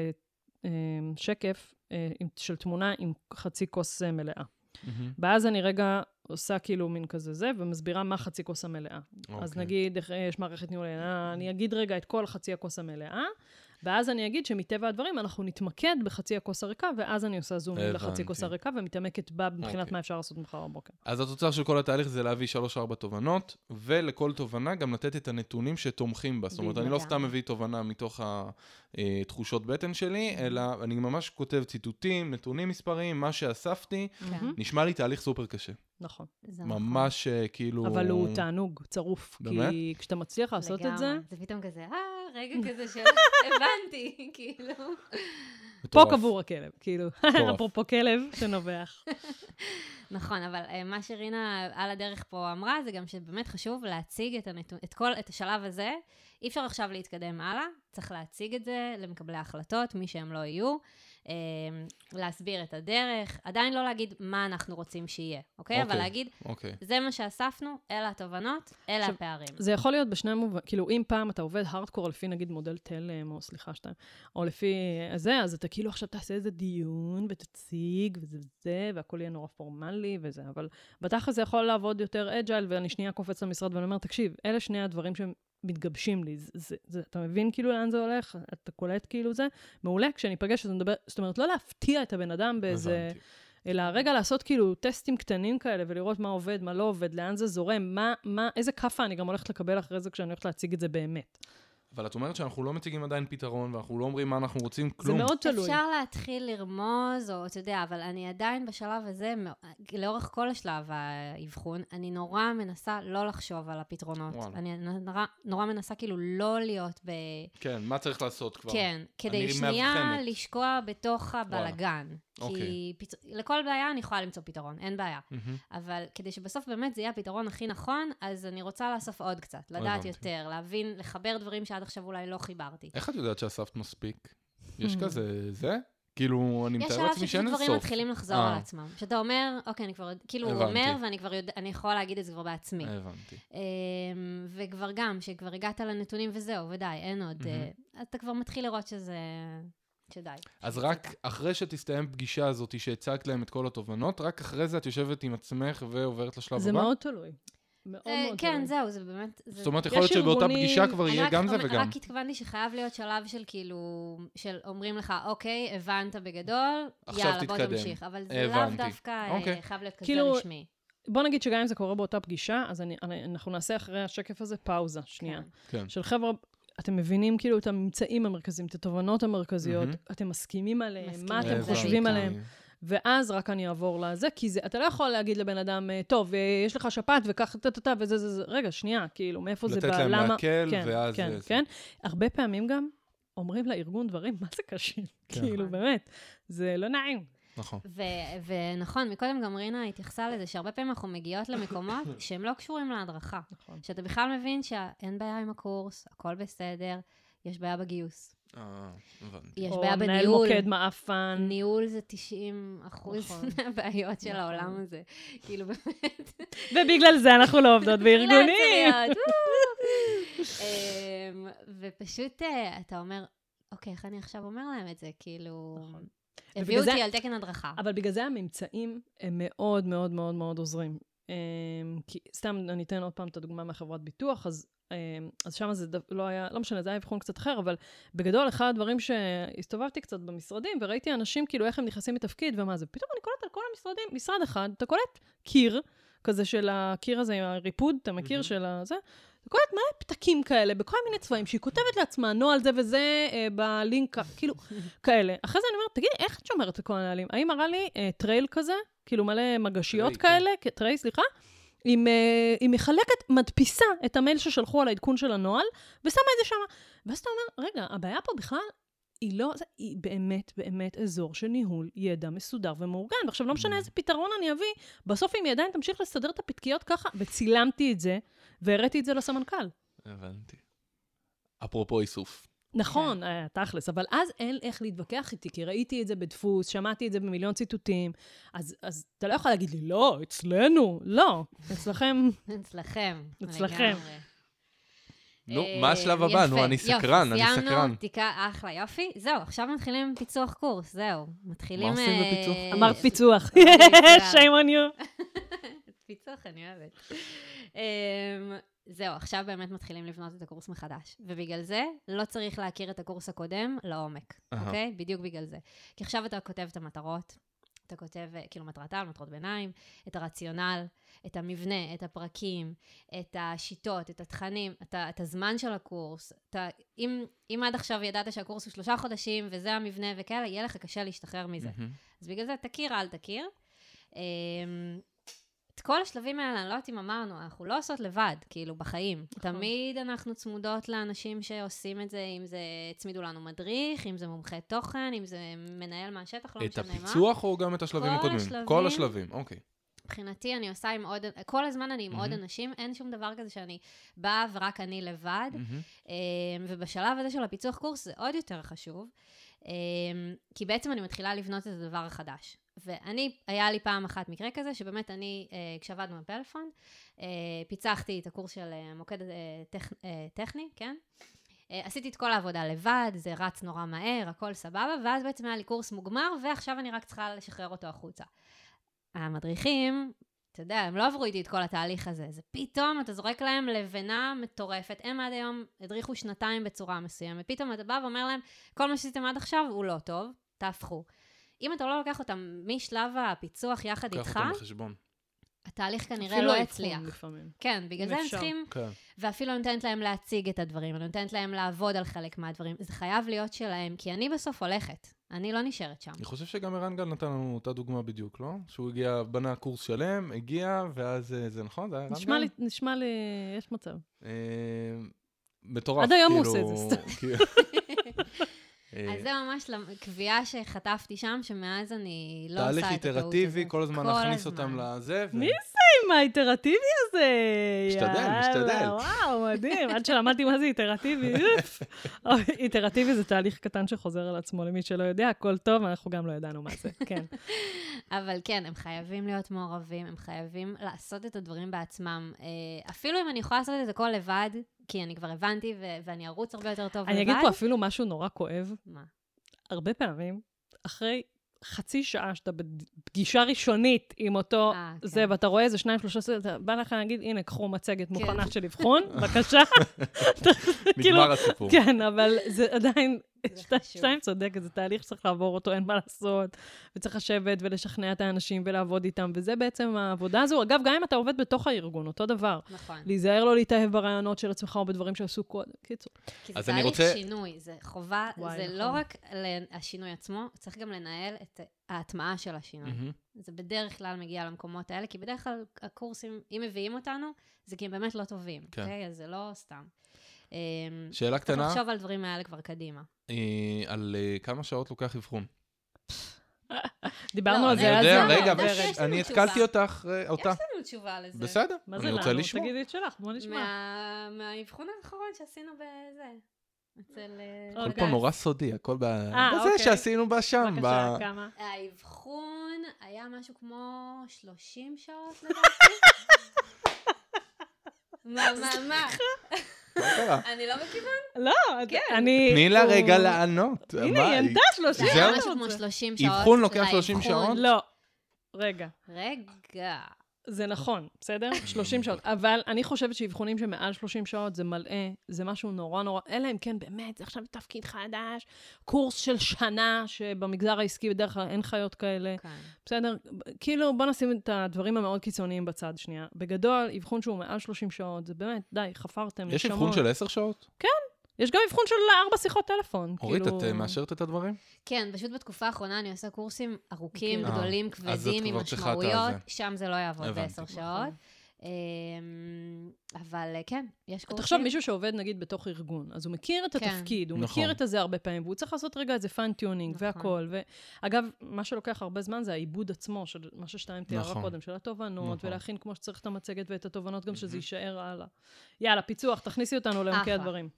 S1: שקף של תמונה עם חצי כוס מלאה. ואז אני רגע עושה כאילו מין כזה זה, ומסבירה מה חצי כוס המלאה. אז נגיד, יש מערכת ניהול, אני אגיד רגע את כל חצי הכוס המלאה, ואז אני אגיד שמטבע הדברים אנחנו נתמקד בחצי הכוס הריקה, ואז אני עושה זום לחצי כוס הריקה, ומתעמקת בה מבחינת מה אפשר לעשות מחר בבוקר.
S3: אז התוצר של כל התהליך זה להביא 3-4 תובנות, ולכל תובנה גם לתת את הנתונים שתומכים בה. זאת אומרת, אני לא סתם מביא תובנה מתוך התחושות בטן שלי, אלא אני ממש כותב ציטוטים, נתונים מספריים, מה שאספתי, נשמע לי תהליך סופר קשה.
S1: נכון.
S3: ממש כאילו...
S1: אבל הוא תענוג, צרוף. באמת? כי כשאתה מצליח לעשות את זה...
S2: זה פתאום כזה, רגע כזה שהבנתי, כאילו.
S1: פה קבור הכלב, כאילו. אפרופו כלב שנובח.
S2: נכון, אבל מה שרינה על הדרך פה אמרה, זה גם שבאמת חשוב להציג את השלב הזה. אי אפשר עכשיו להתקדם הלאה, צריך להציג את זה למקבלי ההחלטות, מי שהם לא יהיו, להסביר את הדרך, עדיין לא להגיד מה אנחנו רוצים שיהיה, אוקיי? אבל להגיד, זה מה שאספנו, אלה התובנות, אלה הפערים.
S1: זה יכול להיות בשני מובנים, כאילו אם פעם אתה עובד הארדקור לפי נגיד מודל תלם, או סליחה 2, או לפי זה, אז אתה כאילו עכשיו תעשה איזה דיון ותציג וזה, והכל יהיה נורא פורמלי וזה, אבל בתכל'ס זה יכול לעבוד יותר אג'ייל, ואני שנייה קופץ למשרד ואני אומר, תקשיב, אלה שני הדברים מתגבשים לי, אתה מבין כאילו לאן זה הולך? אתה קולט כאילו זה? מעולה, כשאני פגש, זאת אומרת, לא להפתיע את הבן אדם באיזה... אלא רגע לעשות כאילו טסטים קטנים כאלה, ולראות מה עובד, מה לא עובד, לאן זה זורם, איזה כפה אני גם הולכת לקבל אחרי זה, כשאני הולכת להציג את זה באמת.
S3: אבל את אומרת שאנחנו לא מציגים עדיין פתרון, ואנחנו לא אומרים מה אנחנו רוצים, כלום.
S1: זה מאוד תלוי.
S2: אפשר להתחיל לרמוז, או אתה יודע, אבל אני עדיין בשלב הזה, לאורך כל השלב האבחון, אני נורא מנסה לא לחשוב על הפתרונות. אני נורא מנסה כאילו לא להיות
S3: כן, מה צריך לעשות כבר?
S2: כן, כדי שנייה לשקוע בתוך הבלגן. כי לכל בעיה אני יכולה למצוא פתרון, אין בעיה. אבל כדי שבסוף באמת זה יהיה הפתרון הכי נכון, אז אני רוצה לאסוף עוד קצת, לדעת יותר, להבין, לחבר דברים שעד עכשיו אולי לא חיברתי.
S3: איך את יודעת שאספת מספיק? יש כזה, זה? כאילו, אני מתאר לעצמי שאין איזה סוף.
S2: יש שלב שדברים מתחילים לחזור על עצמם. שאתה אומר, אוקיי, אני כבר, כאילו הוא אומר, ואני כבר יודע, אני יכולה להגיד את זה כבר בעצמי.
S3: הבנתי.
S2: וכבר גם, שכבר הגעת לנתונים וזהו, ודי, אין עוד. אתה כבר מתחיל לראות שזה... שדי.
S3: אז רק אחרי שתסתיים פגישה הזאת שהצגת להם את כל התובנות, רק אחרי זה את יושבת עם עצמך ועוברת לשלב הבא?
S1: זה מאוד תלוי. מאוד מאוד
S2: כן,
S1: תלוי.
S2: זהו, זה באמת...
S3: זאת אומרת, יכול להיות שבאותה פגישה כבר יהיה גם זה וגם.
S2: רק התכוונתי שחייב להיות שלב של כאילו, של אומרים לך, אוקיי, הבנת בגדול, יאללה, בוא תמשיך. אבל זה לאו דווקא חייב להיות כזה רשמי.
S1: בוא נגיד שגם אם זה קורה באותה פגישה, אז אנחנו נעשה אחרי השקף הזה פאוזה, שנייה. של חבר'ה, אתם מבינים כאילו את הממצאים המרכזיים, את התובנות המרכזיות, אתם מסכימים עליהם, מה אתם חושבים עליהם, ואז רק אני אעבור לזה, כי אתה לא יכול להגיד לבן אדם, טוב, יש לך שפעת וכך, וזה, רגע, שנייה, כאילו, מאיפה זה בא,
S3: למה? לתת להם להקל, ואז...
S1: כן, הרבה פעמים גם אומרים לארגון דברים, מה זה קשה? כאילו, באמת, זה לא נעים.
S3: נכון.
S2: ונכון, מקודם גם רינה התייחסה לזה, שהרבה פעמים אנחנו מגיעות למקומות שהם לא קשורים להדרכה.
S1: נכון.
S2: שאתה בכלל מבין שאין בעיה עם הקורס, הכל בסדר, יש בעיה בגיוס.
S3: הבנתי.
S2: יש
S1: או
S2: בעיה
S1: מנהל
S2: בניהול.
S1: מוקד מעפן.
S2: ניהול זה 90% מהבעיות של העולם הזה. כאילו באמת.
S1: ובגלל זה אנחנו לא עובדות בארגונים.
S2: ופשוט אתה אומר, אוקיי, איך אני עכשיו אומר להם את זה? כאילו, הביאו
S1: ובגלל
S2: אותי
S1: זה-
S2: על תקן הדרכה.
S1: אבל בגלל זה הממצאים הם מאוד מאוד מאוד מאוד עוזרים. כי סתם אני אתן עוד פעם את הדוגמה מהחברת ביטוח, אז שם זה לא היה, לא משנה, זה היה אבחון קצת אחר, אבל בגדול אחד הדברים שהסתובבתי קצת במשרדים, וראיתי אנשים כאילו איך הם נכנסים לתפקיד ומה זה, פתאום אני קולט על כל המשרדים, משרד אחד, אתה קולט קיר, כזה של הקיר הזה עם הריפוד, אתה מכיר של זה, אתה קולט מלא פתקים כאלה, בכל מיני צבעים, שהיא כותבת לעצמה, נוהל זה וזה, בלינק, כאילו, כאלה. אחרי זה אני אומרת, תגידי, איך את שומרת את כל הנהלים? האם הראה לי טרייל כזה, כאילו מלא מגשיות כאלה, טריי, סליחה, היא מחלקת, מדפיסה את המייל ששלחו על העדכון של הנוהל, ושמה את זה שמה. ואז אתה אומר, רגע, הבעיה פה בכלל, היא באמת, באמת אזור של ניהול ידע מסודר ומאורגן. ועכשיו לא משנה איזה פתרון אני אביא, בסוף אם היא עדיין תמשיך לסדר את הפתקיות ככה, וצילמתי את זה, והראיתי את זה לסמנכ"ל.
S3: הבנתי. אפרופו איסוף.
S1: נכון, תכלס, אבל אז אין איך להתווכח איתי, כי ראיתי את זה בדפוס, שמעתי את זה במיליון ציטוטים, אז אתה לא יכול להגיד לי, לא, אצלנו, לא, אצלכם.
S2: אצלכם.
S1: אצלכם.
S3: נו, מה השלב הבא? נו, אני סקרן, אני סקרן.
S2: סיימנו, בדיקה, אחלה, יופי. זהו, עכשיו מתחילים פיצוח קורס, זהו. מתחילים...
S3: מה עושים בפיצוח?
S1: אמרת פיצוח. shame on you.
S2: פיצוח, אני אוהבת. זהו, עכשיו באמת מתחילים לבנות את הקורס מחדש. ובגלל זה לא צריך להכיר את הקורס הקודם לעומק, אוקיי? בדיוק בגלל זה. כי עכשיו אתה כותב את המטרות, אתה כותב כאילו מטרת על, מטרות ביניים, את הרציונל, את המבנה, את הפרקים, את השיטות, את התכנים, את הזמן של הקורס. אם עד עכשיו ידעת שהקורס הוא 3 חודשים וזה המבנה וכאלה, יהיה לך קשה להשתחרר מזה. אז בגלל זה תכיר, אל תכיר. את כל השלבים האלה, אני לא יודעת אם אמרנו, אנחנו לא עושות לבד, כאילו, בחיים. תמיד אנחנו צמודות לאנשים שעושים את זה, אם זה הצמידו לנו מדריך, אם זה מומחה תוכן, אם זה מנהל מהשטח, לא משנה מה.
S3: את הפיצוח או גם את השלבים הקודמים? כל השלבים, אוקיי.
S2: מבחינתי אני עושה עם עוד, כל הזמן אני עם עוד אנשים, אין שום דבר כזה שאני באה ורק אני לבד, ובשלב הזה של הפיצוח קורס זה עוד יותר חשוב, כי בעצם אני מתחילה לבנות את הדבר החדש. היה לי פעם אחת מקרה כזה, שבאמת אני, כשעבדנו בפלאפון, פיצחתי את הקורס של מוקד טכני, כן? עשיתי את כל העבודה לבד, זה רץ נורא מהר, הכל סבבה, ואז בעצם היה לי קורס מוגמר, ועכשיו אני רק צריכה לשחרר אותו החוצה. המדריכים, אתה יודע, הם לא עברו איתי את כל התהליך הזה, זה פתאום אתה זורק להם לבנה מטורפת, הם עד היום הדריכו 2 בצורה מסוימת, פתאום אתה בא ואומר להם, כל מה שעשיתם עד עכשיו הוא לא טוב, תהפכו. אם אתה לא לוקח אותם משלב הפיצוח יחד איתך,
S3: לוקח אותם בחשבון.
S2: התהליך כנראה לא יצליח.
S1: לפעמים.
S2: כן, בגלל זה הם צריכים, ואפילו אני נותנת להם להציג את הדברים, אני נותנת להם לעבוד על חלק מהדברים, זה חייב להיות שלהם, כי אני בסוף הולכת, אני לא נשארת שם.
S3: אני חושב שגם ערן גל נתן לנו אותה דוגמה בדיוק, לא? שהוא הגיע, בנה קורס שלם, הגיע, ואז זה נכון? זה היה ערן גל?
S1: נשמע לי, יש מצב.
S3: מטורף.
S1: עד היום הוא עושה את זה.
S2: אז זה ממש קביעה שחטפתי שם, שמאז אני לא עושה את
S3: תהליך איטרטיבי, כל הזמן להכניס אותם לזה.
S1: מי זה עם האיטרטיבי הזה?
S3: משתדל.
S1: וואו, מדהים. עד שלמדתי מה זה איטרטיבי. איטרטיבי זה תהליך קטן שחוזר על עצמו למי שלא יודע, הכל טוב, אנחנו גם לא ידענו מה זה, כן.
S2: אבל כן, הם חייבים להיות מעורבים, הם חייבים לעשות את הדברים בעצמם. אפילו אם אני יכולה לעשות את הכל לבד, כי אני כבר הבנתי ואני ארוץ הרבה יותר טוב לבד.
S1: אני אגיד פה אפילו משהו נורא כואב.
S2: מה?
S1: הרבה פעמים, אחרי חצי שעה שאתה בפגישה ראשונית עם אותו זה, ואתה רואה איזה 2-3, אתה בא לך להגיד, הנה, קחו מצגת מוכנה של אבחון, בבקשה.
S3: נגמר הסיפור.
S1: כן, אבל זה עדיין, 2 צודקת, זה תהליך שצריך לעבור אותו, אין מה לעשות, וצריך לשבת ולשכנע את האנשים ולעבוד איתם, וזה בעצם העבודה הזו. אגב, גם אם אתה עובד בתוך הארגון, אותו דבר.
S2: נכון.
S1: להיזהר לא להתאהב ברעיונות של עצמך או בדברים שעשו קודם. קיצור.
S2: כי זה תהליך שינוי, זה חובה, זה לא רק השינוי עצמו, צריך גם לנהל את ההטמעה של השינוי. זה בדרך כלל מגיע למקומות האלה, כי בדרך כלל הקורסים, אם מביאים אותנו, זה כי הם באמת לא טובים, אוקיי? אז זה לא סתם.
S3: שאלה קטנה.
S2: צריך לחשוב על דברים האלה כבר קדימה.
S3: על כמה שעות לוקח אבחון?
S1: דיברנו
S2: לא,
S1: על זה.
S3: אני יודע,
S1: אז
S3: רגע,
S1: ורד.
S2: יש לנו
S3: אני
S2: תשובה.
S3: התקלתי אותך,
S2: יש
S3: אותה.
S2: לנו תשובה לזה.
S3: בסדר,
S1: מה זה
S3: אני רוצה
S1: לנו?
S3: לשמוע.
S1: תגידי את שלך, בוא נשמע.
S2: מהאבחון האחרון שעשינו בזה. אצל...
S3: הכל פה נורא סודי, הכל בזה
S1: אוקיי.
S3: שעשינו בה שם.
S1: בבקשה, כמה?
S2: האבחון היה משהו כמו 30 שעות לדעתי. מה?
S3: מה קרה?
S2: אני לא בכיוון?
S1: לא,
S2: כן.
S1: אני...
S3: תני לה רגע לענות.
S1: הנה, היא ענתה 30
S2: זה
S3: זהו?
S2: היה
S1: שעות.
S2: משהו כמו 30 שעות.
S3: אבחון לוקח 30 שעות?
S1: לא. רגע.
S2: רגע.
S1: זה נכון, בסדר? 30 שעות. אבל אני חושבת שאבחונים שמעל 30 שעות זה מלא, זה משהו נורא נורא, אלא אם כן באמת, זה עכשיו תפקיד חדש, קורס של שנה, שבמגזר העסקי בדרך כלל אין חיות כאלה.
S2: כן.
S1: בסדר? כאילו, בוא נשים את הדברים המאוד קיצוניים בצד שנייה. בגדול, אבחון שהוא מעל 30 שעות, זה באמת, די, חפרתם.
S3: יש אבחון של 10 שעות?
S1: יש גם אבחון של 4 שיחות טלפון.
S3: אורית,
S1: כאילו...
S3: את מאשרת את הדברים?
S2: כן, פשוט בתקופה האחרונה אני עושה קורסים ארוכים,
S1: כן.
S2: גדולים,
S3: אז את
S2: כבדים, עם
S3: כבר צריכה את
S2: משמעויות.
S3: הזה.
S2: שם זה לא יעבוד
S3: הבנתי.
S2: ב10 שעות. אבל כן, יש קורסים.
S1: תחשוב, מישהו שעובד נגיד בתוך ארגון, אז הוא מכיר את
S2: כן.
S1: התפקיד, הוא
S3: נכון.
S1: מכיר את זה הרבה פעמים, והוא צריך לעשות רגע איזה פיין-טיונינג
S2: נכון.
S1: והכל. ואגב, מה שלוקח הרבה זמן זה העיבוד עצמו, של מה ששתיים תיארה
S3: נכון.
S1: קודם, של התובנות,
S3: נכון.
S1: ולהכין כמו שצריך את המצגת ואת התובנות, גם שזה יישאר הלאה. יאללה, פיצוח, תכניסי אותנו לעומקי
S2: אחלה.
S1: הדברים.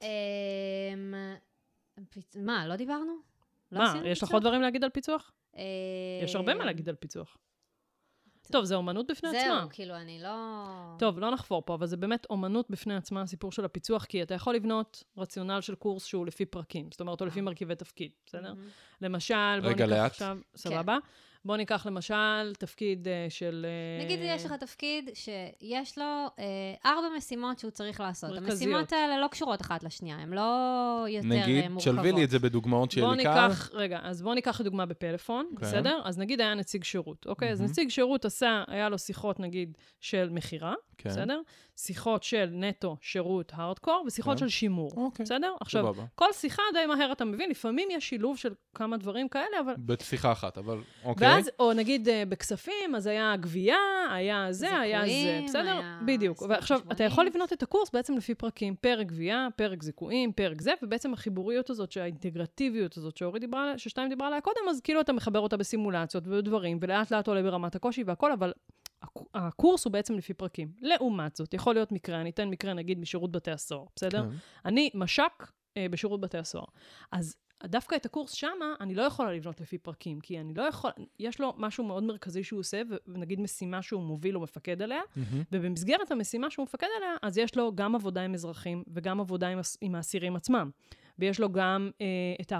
S2: מה, לא דיברנו? לא
S1: מה,
S2: עשינו
S1: יש לך
S2: פיצוח?
S1: עוד דברים להגיד על פיצוח? יש הרבה מה להגיד על פיצוח. טוב, זה אומנות בפני עצמה.
S2: זהו, כאילו, אני לא...
S1: טוב, לא נחפור פה, אבל זה באמת אומנות בפני עצמה, הסיפור של הפיצוח, כי אתה יכול לבנות רציונל של קורס שהוא לפי פרקים, זאת אומרת, או לפי מרכיבי תפקיד, בסדר? למשל, בוא
S3: רגע,
S1: ניקח
S3: לאט.
S1: עכשיו, סבבה? בוא ניקח למשל תפקיד של...
S2: נגיד, יש לך תפקיד שיש לו 4 משימות שהוא צריך לעשות.
S1: מרכזיות.
S2: המשימות האלה לא קשורות אחת לשנייה, הן לא יותר
S3: נגיד,
S2: מורכבות.
S3: שלבי לי את זה בדוגמאות שיהיה
S1: בוא
S3: לי קל.
S1: ניקח, רגע, אז בוא ניקח לדוגמה בפלאפון,
S3: כן.
S1: בסדר? אז נגיד היה נציג שירות, אוקיי? אז נציג שירות היה לו שיחות נגיד של מחירה,
S3: כן.
S1: בסדר? שיחות של נטו, שירות, הארדקור, ושיחות
S3: כן.
S1: של שימור,
S3: אוקיי.
S1: בסדר? עכשיו,
S3: סבבה.
S1: כל שיחה די מהר אתה מבין, לפעמים יש שילוב של כמה דברים כאלה, אבל...
S3: בשיחה אחת, אבל אוקיי.
S1: ואז, או נגיד בכספים, אז היה גבייה, היה זה, היה זה,
S2: זיכויים,
S1: בסדר?
S2: היה
S1: בדיוק.
S2: סיפור
S1: ועכשיו, אתה
S2: חשבונית.
S1: יכול לבנות את הקורס בעצם לפי פרקים, פרק גבייה, פרק זיכויים, פרק זה, ובעצם החיבוריות הזאת, שהאינטגרטיביות הזאת, ששתיים דיברה עליה קודם, אז כאילו אתה מחבר אותה בסימולציות ובדברים, ולאט לאט עולה ברמת הקושי והכל, אבל הקורס הוא בעצם לפי פרקים. לעומת זאת, יכול להיות מקרה, אני אתן מקרה נגיד משירות בתי הסוהר, בסדר?
S3: כן.
S1: אני מש"ק בשירות בתי הסוהר. אז דווקא את הקורס שמה, אני לא יכולה לבנות לפי פרקים, כי אני לא יכולה, יש לו משהו מאוד מרכזי שהוא עושה, ונגיד משימה שהוא מוביל או מפקד עליה, ובמסגרת המשימה שהוא מפקד עליה, אז יש לו גם עבודה עם אזרחים, וגם עבודה עם האסירים עצמם. ויש לו גם את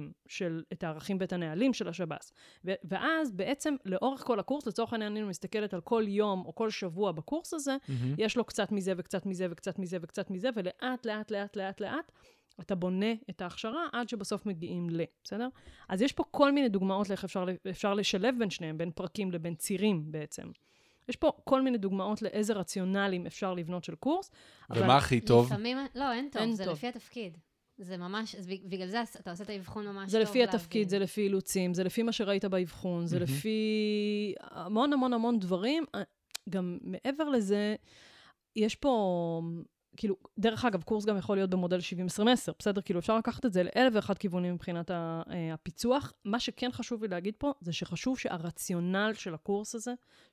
S1: הערכים ואת הנהלים של השב"ס. ואז בעצם לאורך כל הקורס, לצורך העניין אני מסתכלת על כל יום או כל שבוע בקורס הזה, יש לו קצת מזה וקצת מזה וקצת מזה וקצת מזה, ולאט, לאט, לאט, לאט, לאט, אתה בונה את ההכשרה עד שבסוף מגיעים בסדר? אז יש פה כל מיני דוגמאות לאיך אפשר לשלב בין שניהם, בין פרקים לבין צירים בעצם. יש פה כל מיני דוגמאות לאיזה רציונלים אפשר לבנות של קורס.
S3: ומה הכי טוב?
S2: לפעמים, לא, אין טוב,
S1: אין
S2: זה
S1: טוב.
S2: לפי התפקיד. זה ממש, אז בגלל זה אתה עושה את האבחון ממש טוב.
S1: זה לפי התפקיד, זה לפי אילוצים, זה לפי מה שראית באבחון, זה לפי המון המון המון דברים. גם מעבר לזה, יש פה, כאילו, דרך אגב, קורס גם יכול להיות במודל 70-20-10, בסדר? כאילו, אפשר לקחת את זה לאלף ואחד כיוונים מבחינת הפיצוח. מה שכן חשוב לי להגיד פה, זה שחשוב שהרציונל של הקורס הזה,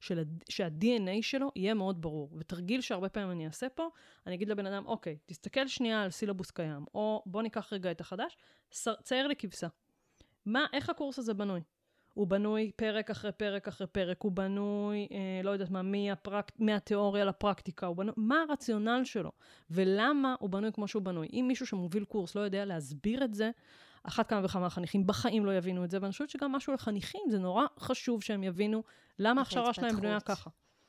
S1: שה-DNA שלו יהיה מאוד ברור. ותרגיל שהרבה פעמים אני אעשה פה, אני אגיד לבן אדם, אוקיי, תסתכל שנייה על סילבוס קיים, או בוא ניקח רגע את החדש, צייר לי כבשה. איך הקורס הזה בנוי? הוא בנוי פרק אחרי פרק אחרי פרק, הוא בנוי, לא יודעת מה, מהתיאוריה לפרקטיקה, הוא בנוי, מה הרציונל שלו? ולמה הוא בנוי כמו שהוא בנוי? אם מישהו שמוביל קורס לא יודע להסביר את זה, אחת כמה וכמה חניכים בחיים לא יבינו את זה, ואני חושבת שגם משהו לחניכים, זה נורא חשוב שהם יבינו למה ההכשרה שלהם בנויה ככה.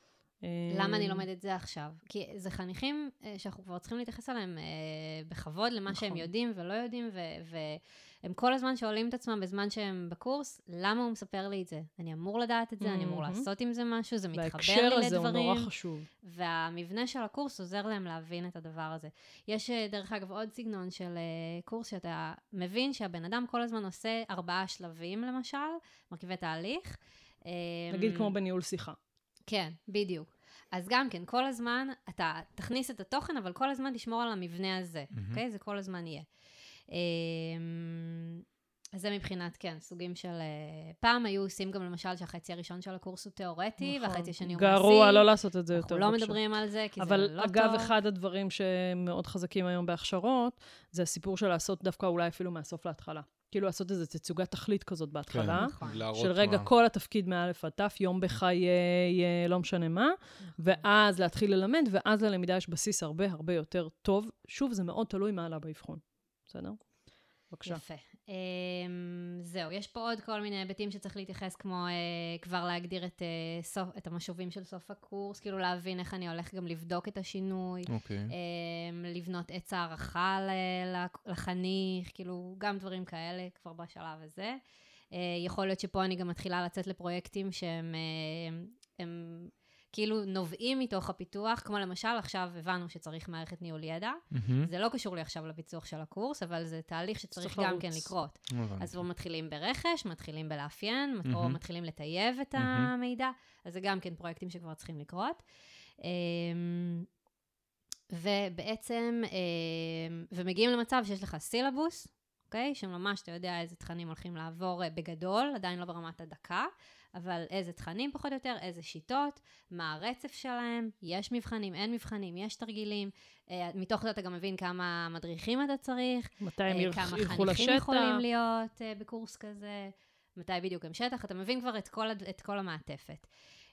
S2: למה אני לומדת את זה עכשיו? כי זה חניכים שאנחנו כבר צריכים להתייחס עליהם בכבוד למה שהם יודעים ולא יודעים, והם כל הזמן שואלים את עצמם בזמן שהם בקורס, למה הוא מספר לי את זה? אני אמור לדעת את זה, אני אמור לעשות עם זה משהו, זה מתחבר לי לדברים.
S1: וההקשר הזה הוא נורא חשוב.
S2: והמבנה של הקורס עוזר להם להבין את הדבר הזה. יש דרך אגב עוד סגנון של קורס שאתה מבין שהבן אדם כל הזמן עושה 4 שלבים למשל, מרכיבי תהליך.
S1: נגיד כמו בניהול שיחה.
S2: כן, בדיוק. אז גם כן, כל הזמן אתה תכניס את התוכן, אבל כל הזמן תשמור על המבנה הזה, אוקיי? זה כל הזמן יהיה. אז זה מבחינת, כן, סוגים של... פעם היו עושים גם למשל שהחצי הראשון של הקורס הוא תיאורטי, והחצי השני הוא מעשי.
S1: גרוע לא לעשות את זה יותר.
S2: אנחנו לא מדברים על זה, כי זה לא טוב.
S1: אבל אגב, אחד הדברים שמאוד חזקים היום בהכשרות, זה הסיפור של לעשות דווקא אולי אפילו מהסוף להתחלה. כאילו לעשות איזו תצוגת תכלית כזאת בהתחלה, של רגע כל התפקיד מאלף עד תף, יום בחיי, לא משנה מה, ואז להתחיל ללמד, ואז ללמידה יש בסיס הרבה הרבה יותר טוב. שוב, זה מאוד תלוי מה עלה באבחון. בסדר? בבקשה.
S2: יפה. זהו, יש פה עוד כל מיני היבטים שצריך להתייחס, כמו כבר להגדיר את המשובים של סוף הקורס, כאילו להבין איך אני הולך גם לבדוק את השינוי, לבנות עץ הערכה לחניך, כאילו גם דברים כאלה כבר בשלב הזה. יכול להיות שפה אני גם מתחילה לצאת לפרויקטים שהם כאילו נובעים מתוך הפיתוח, כמו למשל עכשיו הבנו שצריך מערכת ניהול ידע, זה לא קשור לי עכשיו לפיצוח של הקורס, אבל זה תהליך שצריך גם כן לקרות. אז מתחילים ברכש, מתחילים בלאפיין, או מתחילים לטייב את המידע, אז זה גם כן פרויקטים שכבר צריכים לקרות. ובעצם, ומגיעים למצב שיש לך סילבוס, אוקיי? שממש אתה יודע איזה תכנים הולכים לעבור בגדול, עדיין לא ברמת הדקה, אבל איזה תכנים פחות או יותר, איזה שיטות, מה הרצף שלהם, יש מבחנים, אין מבחנים, יש תרגילים, מתוך זה אתה גם מבין כמה מדריכים אתה צריך,
S1: מתי הם ילכו לשטח,
S2: כמה חניכים יכולים להיות בקורס כזה, מתי בדיוק הם שטח, אתה מבין כבר את כל המעטפת.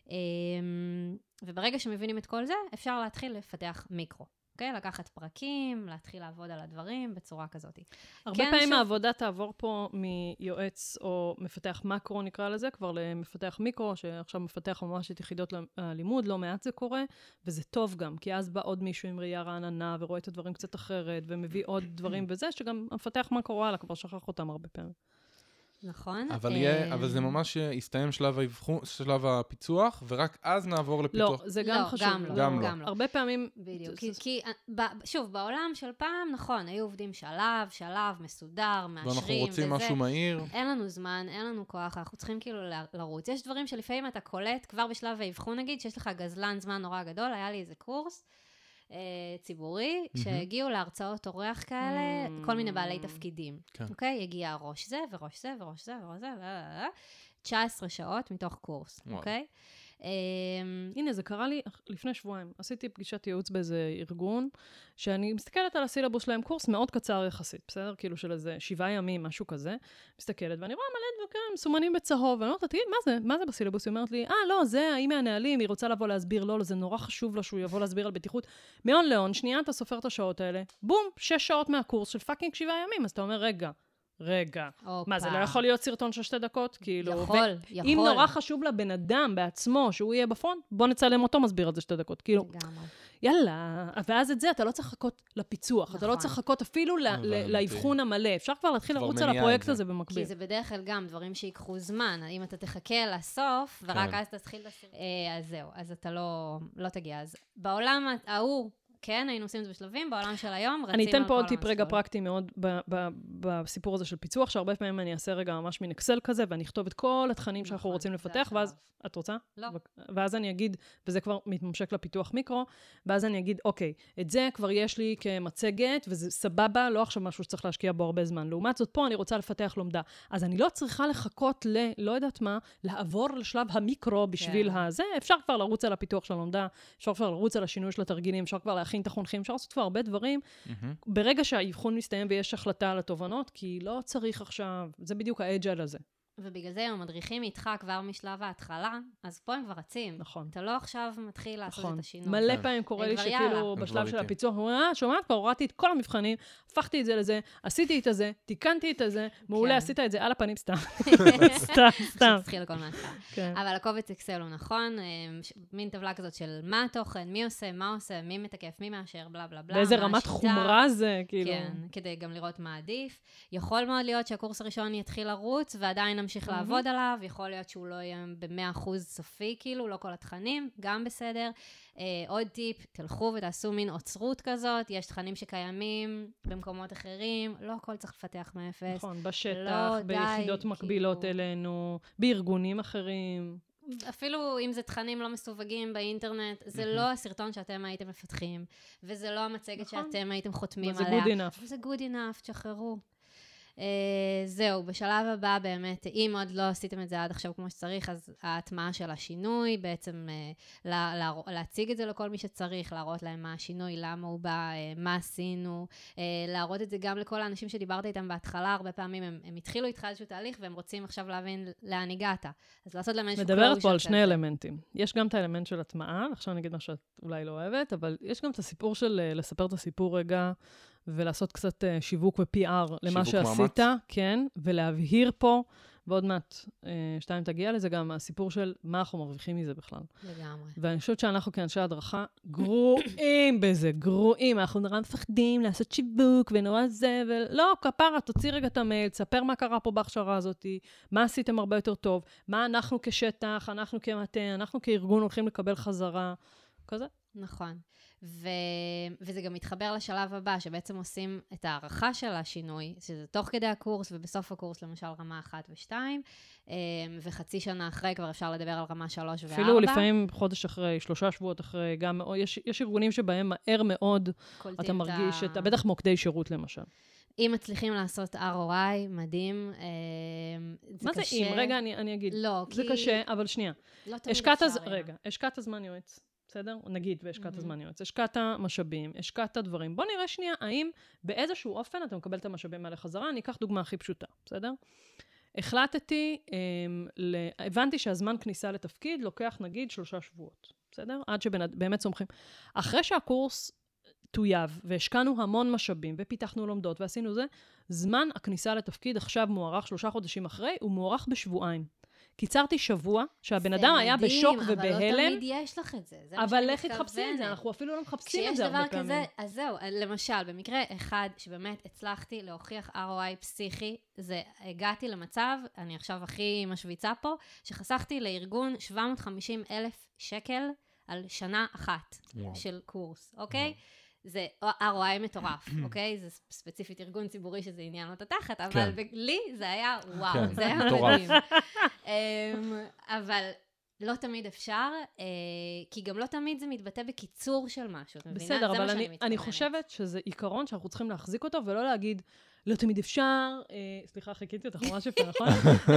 S2: וברגע שמבינים את כל זה, אפשר להתחיל לפתח מיקרו. אוקיי? לקחת פרקים, להתחיל לעבוד על הדברים בצורה כזאת.
S1: הרבה פעמים העבודה תעבור פה מיועץ או מפתח מקרו, נקרא לזה, כבר למפתח מיקרו, שעכשיו מפתח ממש את יחידות הלימוד, לא מעט זה קורה, וזה טוב גם, כי אז בא עוד מישהו עם ראייה רעננה, ורואה את הדברים קצת אחרת, ומביא עוד דברים וזה, שגם המפתח מקרו, וואלה, כבר שכח אותם הרבה פעמים.
S2: נכון.
S3: אבל זה ממש יסתיים שלב הפיצוח, ורק אז נעבור לפיתוח.
S1: לא, זה גם חשוב.
S3: גם לא.
S1: הרבה פעמים...
S2: בדיוק. כי, שוב, בעולם של פעם, נכון, היו עובדים שלב, מסודר, מאשרים,
S3: ואנחנו רוצים משהו מהיר.
S2: אין לנו זמן, אין לנו כוח, אנחנו צריכים כאילו לרוץ. יש דברים שלפעמים אתה קולט, כבר בשלב האבחון נגיד, שיש לך גזלן זמן נורא גדול, היה לי איזה קורס, ציבורי, שהגיעו להרצאות אורח כאלה, כל מיני בעלי תפקידים. אוקיי? הגיע ראש זה, וראש זה, וראש זה, וראש זה, 19 שעות מתוך קורס, אוקיי?
S1: הנה, זה קרה לי לפני שבועיים. עשיתי פגישת ייעוץ באיזה ארגון, שאני מסתכלת על הסילבוס שלהם, קורס מאוד קצר יחסית, בסדר? כאילו של איזה 7 ימים, משהו כזה. מסתכלת, ואני רואה מלא דברים, מסומנים בצהוב, ואני אומרת, תגיד, מה זה בסילבוס? היא אומרת לי, לא, זה, היא מהנהלים, היא רוצה לבוא להסביר, לא, זה נורא חשוב לה שהוא יבוא להסביר על בטיחות. מאון לאון, שנייה אתה סופר את השעות האלה, בום, 6 שעות מהקורס של פאקינג 7 ימים, אז אתה אומר, רגע, מה, זה לא יכול להיות סרטון של 2 דקות? כאילו,
S2: יכול.
S1: אם נורא חשוב לבן אדם בעצמו, שהוא יהיה בפרונט, בוא נצלם אותו, מסביר על זה 2 דקות. כאילו, יאללה, ואז את זה, אתה לא צריך לחכות לפיצוח, אתה לא צריך לחכות אפילו לאבחון המלא, אפשר כבר להתחיל לרוץ על הפרויקט הזה במקביל.
S2: כי זה בדרך כלל גם דברים שיקחו זמן, אם אתה תחכה לסוף, ורק אז תתחיל לסרטון, אז זהו, אז אתה לא תגיע. אז בעולם ההוא, כן, היינו עושים את זה בשלבים, בעולם של היום,
S1: אני אתן פה עוד טיפ רגע פרקטי מאוד בסיפור הזה של פיצוח, שהרבה פעמים אני אעשה רגע ממש מן אקסל כזה, ואני אכתוב את כל התכנים שאנחנו רוצים לפתח, ואז, את רוצה?
S2: לא.
S1: ואז אני אגיד, וזה כבר מתממשק לפיתוח מיקרו, ואז אני אגיד, אוקיי, את זה כבר יש לי כמצגת, וזה סבבה, לא עכשיו משהו שצריך להשקיע בו הרבה זמן. לעומת זאת, פה אני רוצה לפתח לומדה. אז אני לא צריכה לחכות לא יודעת מה, לעבור לשלב המיקרו בשביל הזה. אפשר כבר לרוץ על הפיתוח של לומדה, אפשר כבר לרוץ על השינוי של התרגילים, אפשר כבר להכין את החונכים, אפשר לעשות כבר הרבה דברים. ברגע שהאבחון מסתיים ויש החלטה על התובנות, כי לא צריך עכשיו, זה בדיוק האג'ל הזה.
S2: ובגלל זה הם מדריכים איתך כבר משלב ההתחלה, אז פה הם כבר רצים.
S1: נכון.
S2: אתה לא עכשיו מתחיל לעשות את השינוי.
S1: מלא פעמים קורה לי שכאילו בשלב של הפיצוח, הוא אומר, שומעת כבר, הורדתי את כל המבחנים, הפכתי את זה לזה, עשיתי את זה, תיקנתי את זה, מעולה, עשית את זה על הפנים סתם. סתם.
S2: תתחיל לכל מהתחלה. אבל הקובץ אקסל הוא נכון, מין טבלה כזאת של מה התוכן, מי עושה, מה עושה, מי מתקף, מי מאשר, בלה בלה בלה.
S1: באיזה רמת חומרה זה, כאילו.
S2: כן, כדי גם לראות מה עדיף. יכול מאוד להיות שהקורס הראשון יתחיל לרוץ, ועדיין נמשיך לעבוד עליו, יכול להיות שהוא לא יהיה ב100% סופי, כאילו, לא כל התכנים, גם בסדר. עוד טיפ, תלכו ותעשו מין עוצרות כזאת, יש תכנים שקיימים במקומות אחרים, לא הכל צריך לפתח מאפס.
S1: נכון, בשטח, ביחידות מקבילות אלינו, בארגונים אחרים.
S2: אפילו אם זה תכנים לא מסווגים באינטרנט, זה לא הסרטון שאתם הייתם מפתחים, וזה לא המצגת שאתם הייתם חותמים עליה.
S1: וזה good enough.
S2: וזה good enough, תשחררו. זהו, בשלב הבא באמת, אם עוד לא עשיתם את זה עד עכשיו כמו שצריך, אז ההטמעה של השינוי, בעצם להציג את זה לכל מי שצריך, להראות להם מה השינוי, למה הוא בא, מה עשינו, להראות את זה גם לכל האנשים שדיברת איתם בהתחלה, הרבה פעמים הם התחילו איתך איזשהו תהליך, והם רוצים עכשיו להבין לאן הגעת. אז לעשות להם איזשהו
S1: מדברת פה על שני אלמנטים. יש גם את האלמנט של הטמעה, עכשיו אני אגיד מה שאת אולי לא אוהבת, אבל יש גם את הסיפור של לספר את הסיפור רגע, ולעשות קצת שיווק ו-PR למה שעשית, כן, ולהבהיר פה, ועוד מעט, שתיים תגיע לזה גם, הסיפור של מה אנחנו מרוויחים מזה בכלל.
S2: לגמרי.
S1: ואני חושבת שאנחנו כאנשי הדרכה גרועים בזה, גרועים, אנחנו נורא מפחדים לעשות שיווק ונורא זה, ולא, כפרה, תוציא רגע את המייל, תספר מה קרה פה בהכשרה הזאת, מה עשיתם הרבה יותר טוב, מה אנחנו כשטח, אנחנו כמטה, אנחנו כארגון הולכים לקבל חזרה, כזה.
S2: נכון. וזה גם מתחבר לשלב הבא, שבעצם עושים את הערכה של השינוי, שזה תוך כדי הקורס, ובסוף הקורס, למשל, רמה 1 ו-2, וחצי שנה אחרי כבר אפשר לדבר על רמה 3 ו-4.
S1: אפילו לפעמים חודש אחרי, 3 שבועות אחרי, גם יש ארגונים שבהם מהר מאוד אתה מרגיש, בטח מוקדי שירות למשל.
S2: אם מצליחים לעשות ROI, מדהים, זה
S1: מה
S2: קשה.
S1: זה אם? רגע, אני אגיד.
S2: לא,
S1: זה קשה, אבל שנייה.
S2: לא תמיד אפשר.
S1: רגע, השקעת זמן יועץ. בסדר? נגיד, והשקעת זמן יועץ. השקעת משאבים, השקעת דברים. בוא נראה שנייה, האם באיזשהו אופן אתה מקבל את המשאבים האלה חזרה? אני אקח דוגמה הכי פשוטה, בסדר? החלטתי, הבנתי שהזמן כניסה לתפקיד לוקח נגיד 3 שבועות, בסדר? עד שבאמת סומכים. אחרי שהקורס טויב, והשקענו המון משאבים, ופיתחנו לומדות, ועשינו זה, זמן הכניסה לתפקיד עכשיו מוארך 3 חודשים אחרי, הוא מוארך בשבועיים. קיצרתי שבוע, שהבן אדם היה בשוק ובהלם.
S2: אבל לא תמיד יש לך את זה.
S1: אבל לך תחפשי את זה, אנחנו אפילו לא מחפשים את זה הרבה פעמים.
S2: כשיש דבר כזה, אז זהו, למשל, במקרה אחד שבאמת הצלחתי להוכיח ROI פסיכי, זה הגעתי למצב, אני עכשיו הכי משוויצה פה, שחסכתי לארגון 750,000 שקל על שנה אחת של קורס, אוקיי? זה ROI מטורף, אוקיי? זה ספציפית ארגון ציבורי שזה עניין לו את התחת, אבל לי זה היה וואו, זה היה מדהים. אבל לא תמיד אפשר, כי גם לא תמיד זה מתבטא בקיצור של משהו.
S1: בסדר, אבל אני חושבת שזה עיקרון שאנחנו צריכים להחזיק אותו, ולא להגיד, לא תמיד אפשר, סליחה, חיכיתי אותך ממש יפה, נכון?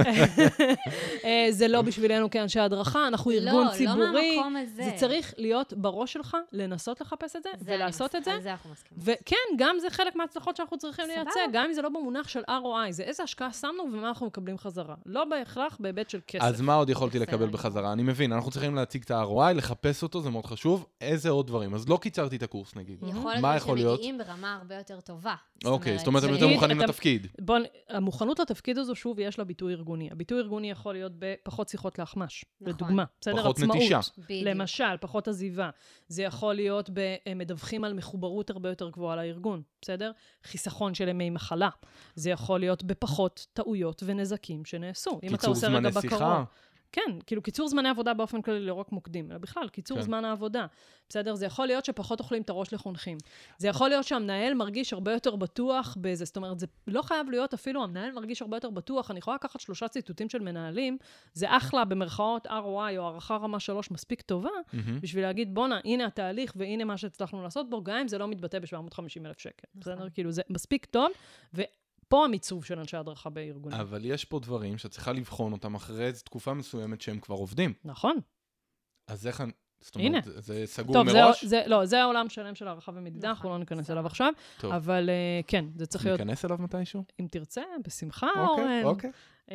S1: זה לא בשבילנו כאנשי הדרכה, אנחנו ארגון ציבורי.
S2: לא מהמקום הזה.
S1: זה צריך להיות בראש שלך, לנסות לחפש את זה, ולעשות את זה.
S2: על זה אנחנו מסכימים.
S1: וכן, גם זה חלק מההצלחות שאנחנו צריכים לייצג, גם אם זה לא במונח של ROI, זה איזה השקעה שמנו ומה אנחנו מקבלים חזרה. לא בהכרח בהיבט של כסף.
S3: אז מה עוד יכולתי לקבל בחזרה? אני מבין, אנחנו צריכים להציג את ה-ROI, לחפש אותו, זה מאוד חשוב. איזה עוד דברים? אז לא קיצרתי את הקורס, נגיד.
S2: יכול להיות שמגיעים ברמה הרבה יותר טובה.
S3: אוקיי, זאת אומרת, הם יותר מוכנים לתפקיד.
S1: המוכנות לתפקיד הזו, שוב, יש לה ביטוי ארגוני. הביטוי ארגוני יכול להיות בפחות שיחות לאחמש, לדוגמה.
S3: פחות נטישה.
S1: למשל, פחות עזיבה. זה יכול להיות במדווחים על מחוברות הרבה יותר גבוהה לארגון, בסדר? חיסכון של ימי מחלה. זה יכול להיות בפחות טעויות ונזקים שנעשו.
S3: קיצור זמני שיחה.
S1: כן, כאילו קיצור זמני עבודה באופן כללי, לא רק מוקדים, אלא בכלל, קיצור זמן העבודה. בסדר? זה יכול להיות שפחות אוכלים את הראש לחונכים. זה יכול להיות שהמנהל מרגיש הרבה יותר בטוח בזה, זאת אומרת, זה לא חייב להיות אפילו, המנהל מרגיש הרבה יותר בטוח, אני יכולה לקחת 3 ציטוטים של מנהלים, זה אחלה במרכאות ROI או הערכה רמה 3 מספיק טובה, בשביל להגיד, בונה, הנה התהליך והנה מה שהצלחנו לעשות בו, גם אם זה לא מתבטא ב-750,000 שקל. בסדר? כאילו, זה מספיק טוב, פה המיצוב של אנשי הדרכה בארגונים.
S3: אבל יש פה דברים שצריכה לבחון אותם אחרי תקופה מסוימת שהם כבר עובדים.
S1: נכון.
S3: אז איך, זאת אומרת, זה סגור
S1: טוב,
S3: מראש?
S1: לא, זה העולם שלם של הערכה ומדידה, אנחנו לא ניכנס אליו עכשיו, אבל כן, זה צריך להיות...
S3: ניכנס אליו מתישהו?
S1: אם תרצה, בשמחה, אורן.
S3: אוקיי.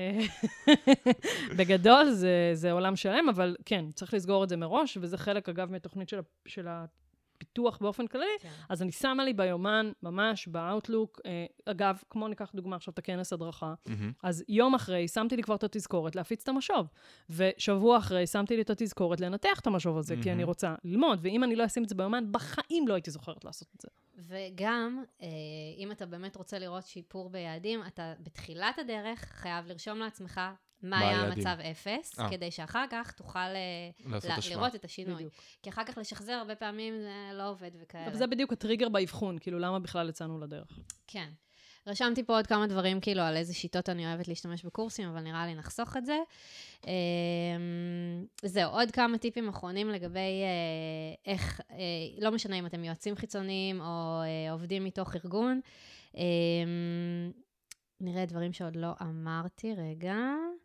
S1: בגדול זה עולם שלם, אבל כן, צריך לסגור את זה מראש, וזה חלק, אגב, מתוכנית של פיתוח באופן כללי, אז אני שמה לי ביומן, ממש, באוטלוק, אגב, כמו ניקח דוגמה עכשיו את הכנס הדרכה, אז יום אחרי שמתי לי כבר את התזכורת להפיץ את המשוב, ושבוע אחרי שמתי לי את התזכורת לנתח את המשוב הזה, כי אני רוצה ללמוד, ואם אני לא אשים את זה ביומן, בחיים לא הייתי זוכרת לעשות את זה.
S2: וגם, אם אתה באמת רוצה לראות שיפור ביעדים, אתה בתחילת הדרך חייב לרשום לעצמך מה היה המצב 0, כדי שאחר כך תוכל לראות את השינוי. כי אחר כך לשחזר הרבה פעמים זה לא עובד וכאלה.
S1: אבל זה בדיוק הטריגר באבחון, כאילו למה בכלל יצאנו לדרך.
S2: כן. רשמתי פה עוד כמה דברים, כאילו, על איזה שיטות אני אוהבת להשתמש בקורסים, אבל נראה לי נחסוך את זה. זהו, עוד כמה טיפים אחרונים לגבי איך, לא משנה אם אתם יועצים חיצוניים או עובדים מתוך ארגון, נראה דברים שעוד לא אמרתי, רגע.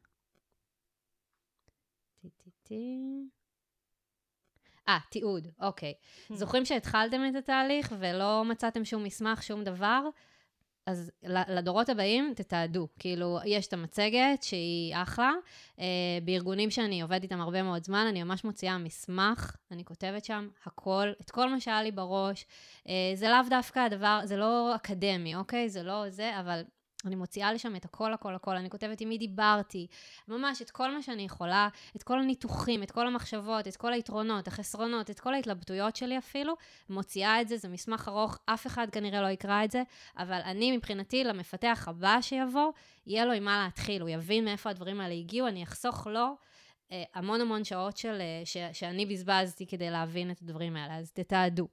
S2: תיעוד, אוקיי. זוכרים שהתחלתם את התהליך ולא מצאתם שום מסמך, שום דבר? אז לדורות הבאים תתעדו. כאילו, יש את המצגת שהיא אחלה. בארגונים שאני עובדת איתם הרבה מאוד זמן, אני ממש מוציאה מסמך, אני כותבת שם הכל, את כל מה שהיה לי בראש. זה לאו דווקא הדבר, זה לא אקדמי, אוקיי? זה לא זה, אבל אני מוציאה לשם את הכל, הכל, הכל. אני כותבת עם מי דיברתי, ממש את כל מה שאני יכולה, את כל הניתוחים, את כל המחשבות, את כל היתרונות, החסרונות, את כל ההתלבטויות שלי אפילו, מוציאה את זה, זה מסמך ארוך, אף אחד כנראה לא יקרא את זה, אבל אני מבחינתי, למפתח הבא שיבוא, יהיה לו עם מה להתחיל, הוא יבין מאיפה הדברים האלה הגיעו, אני אחסוך לו המון המון שעות שאני בזבזתי כדי להבין את הדברים האלה, אז תתעדו.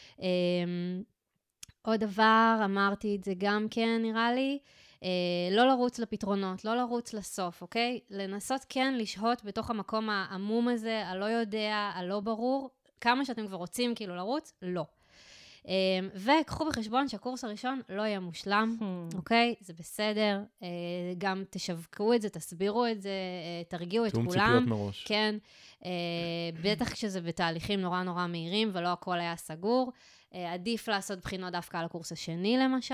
S2: עוד דבר, אמרתי את זה גם כן, נראה לי, לא לרוץ לפתרונות, לא לרוץ לסוף, אוקיי? לנסות כן לשהות בתוך המקום העמום הזה, הלא יודע, הלא ברור, כמה שאתם כבר רוצים כאילו לרוץ, לא. וקחו בחשבון שהקורס הראשון לא יהיה מושלם, אוקיי? זה בסדר, גם תשווקו את זה, תסבירו את זה, תרגיעו את כולם.
S3: שום ציפיות מראש.
S2: כן, בטח כשזה בתהליכים נורא נורא מהירים, ולא הכל היה סגור. עדיף לעשות בחינות דווקא על הקורס השני למשל,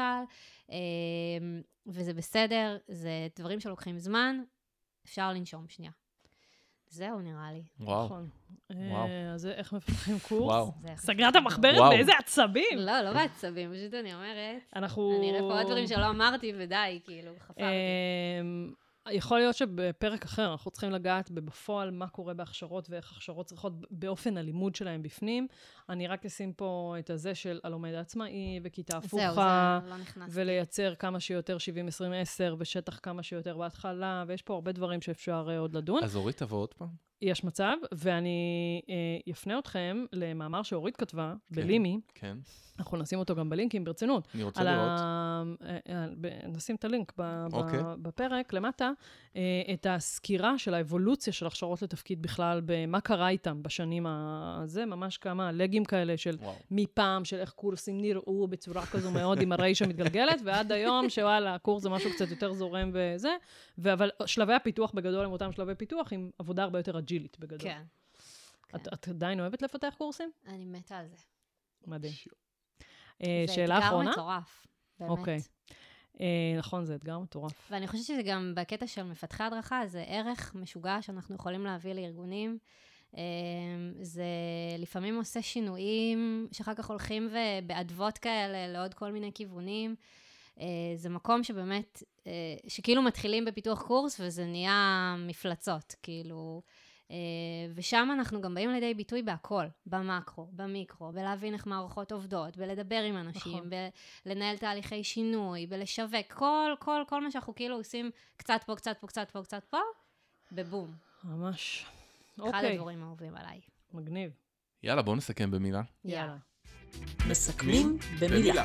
S2: וזה בסדר, זה דברים שלוקחים זמן, אפשר לנשום שנייה. זהו נראה לי.
S3: וואו.
S1: נכון.
S3: וואו.
S1: אז איך מפתחים קורס?
S3: וואו.
S1: סגרת מחברת
S3: וואו.
S1: באיזה עצבים.
S2: לא בעצבים, פשוט אני אומרת.
S1: אנחנו...
S2: אני אראה פה עוד דברים שלא אמרתי ודי, כאילו, חפרתי.
S1: יכול להיות שבפרק אחר אנחנו צריכים לגעת בפועל מה קורה בהכשרות ואיך הכשרות צריכות באופן הלימוד שלהם בפנים. אני רק אשים פה את הזה של הלומד העצמאי וכיתה הפוכה,
S2: זהו, זה לא נכנס.
S1: ולייצר כמה שיותר 70-20-10 ושטח כמה שיותר בהתחלה, ויש פה הרבה דברים שאפשר עוד לדון.
S3: אז אורית תבוא עוד פעם.
S1: יש מצב, ואני אפנה אתכם למאמר שאורית כתבה בלימי.
S3: כן.
S1: אנחנו נשים אותו גם בלינקים ברצינות.
S3: אני רוצה לראות.
S1: נשים את הלינק בפרק למטה, את הסקירה של האבולוציה של הכשרות לתפקיד בכלל, במה קרה איתם בשנים הזה, ממש כמה לגים כאלה של מפעם, של איך קורסים נראו בצורה כזו מאוד עם הרי שמתגלגלת, ועד היום שוואלה, הקורס זה משהו קצת יותר זורם וזה, אבל שלבי הפיתוח בגדול הם אותם שלבי פיתוח, עם עבודה הרבה יותר אג'ילית בגדול.
S2: כן.
S1: את עדיין אוהבת לפתח קורסים?
S2: אני מתה על זה.
S1: מדהים. שאלה אחרונה?
S2: זה אתגר מטורף, באמת.
S1: אוקיי. נכון, זה אתגר מטורף.
S2: ואני חושבת שזה גם בקטע של מפתחי הדרכה, זה ערך משוגע שאנחנו יכולים להביא לארגונים. זה לפעמים עושה שינויים שאחר כך הולכים ובעדבות כאלה לעוד כל מיני כיוונים. זה מקום שבאמת, שכאילו מתחילים בפיתוח קורס וזה נהיה מפלצות, כאילו... ושם אנחנו גם באים לידי ביטוי בהכל, במקרו, במיקרו, בלהבין איך מערכות עובדות, בלדבר עם אנשים, בלנהל תהליכי שינוי, בלשווק, כל מה שאנחנו כאילו עושים קצת פה, קצת פה, קצת פה, קצת פה, בבום.
S1: ממש.
S2: אחד הדברים האהובים עליי.
S1: מגניב.
S3: יאללה, בואו נסכם במילה.
S2: יאללה.
S4: מסכמים במילה.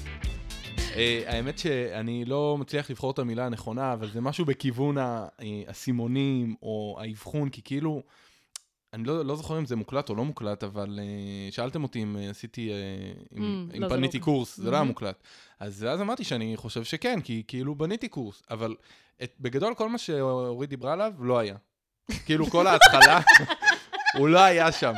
S3: האמת שאני לא מצליח לבחור את המילה הנכונה, אבל זה משהו בכיוון הסימונים או האבחון, כי כאילו, אני לא זוכר אם זה מוקלט או לא מוקלט, אבל שאלתם אותי אם עשיתי, אם בניתי קורס, זה לא היה מוקלט. אז אמרתי שאני חושב שכן, כי כאילו בניתי קורס, אבל בגדול כל מה שאורית דיברה עליו לא היה. כאילו כל ההתחלה, הוא לא היה שם.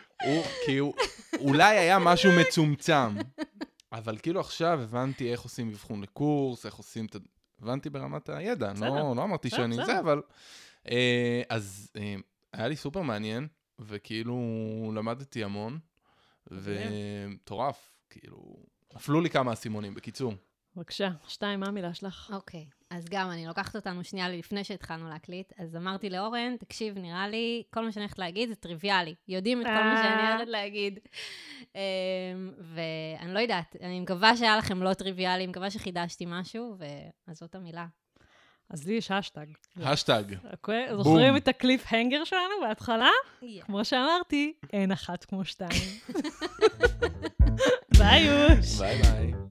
S3: אולי היה משהו מצומצם. אבל כאילו עכשיו הבנתי איך עושים מבחון לקורס, איך עושים את... הבנתי ברמת הידע, לא אמרתי שאני זה, אבל... אז היה לי סופר מעניין, וכאילו למדתי המון, וטורף, כאילו... נפלו לי כמה אסימונים, בקיצור.
S1: בבקשה, 2, מה המילה שלך?
S2: אוקיי, אז גם אני לוקחת אותנו שנייה לפני שהתחלנו להקליט, אז אמרתי לאורן, תקשיב, נראה לי, כל מה שאני הולכת להגיד זה טריוויאלי, יודעים את כל מה שאני הולכת להגיד. ואני לא יודעת, אני מקווה שהיה לכם לא טריוויאלי, אני מקווה שחידשתי משהו, אז זאת המילה.
S1: אז לי יש השטג.
S3: השטג.
S1: אוקיי, זוכרים את הקליפ הנגר שלנו בהתחלה? כמו שאמרתי, אין אחת כמו 2. ביי יוש.
S3: ביי ביי.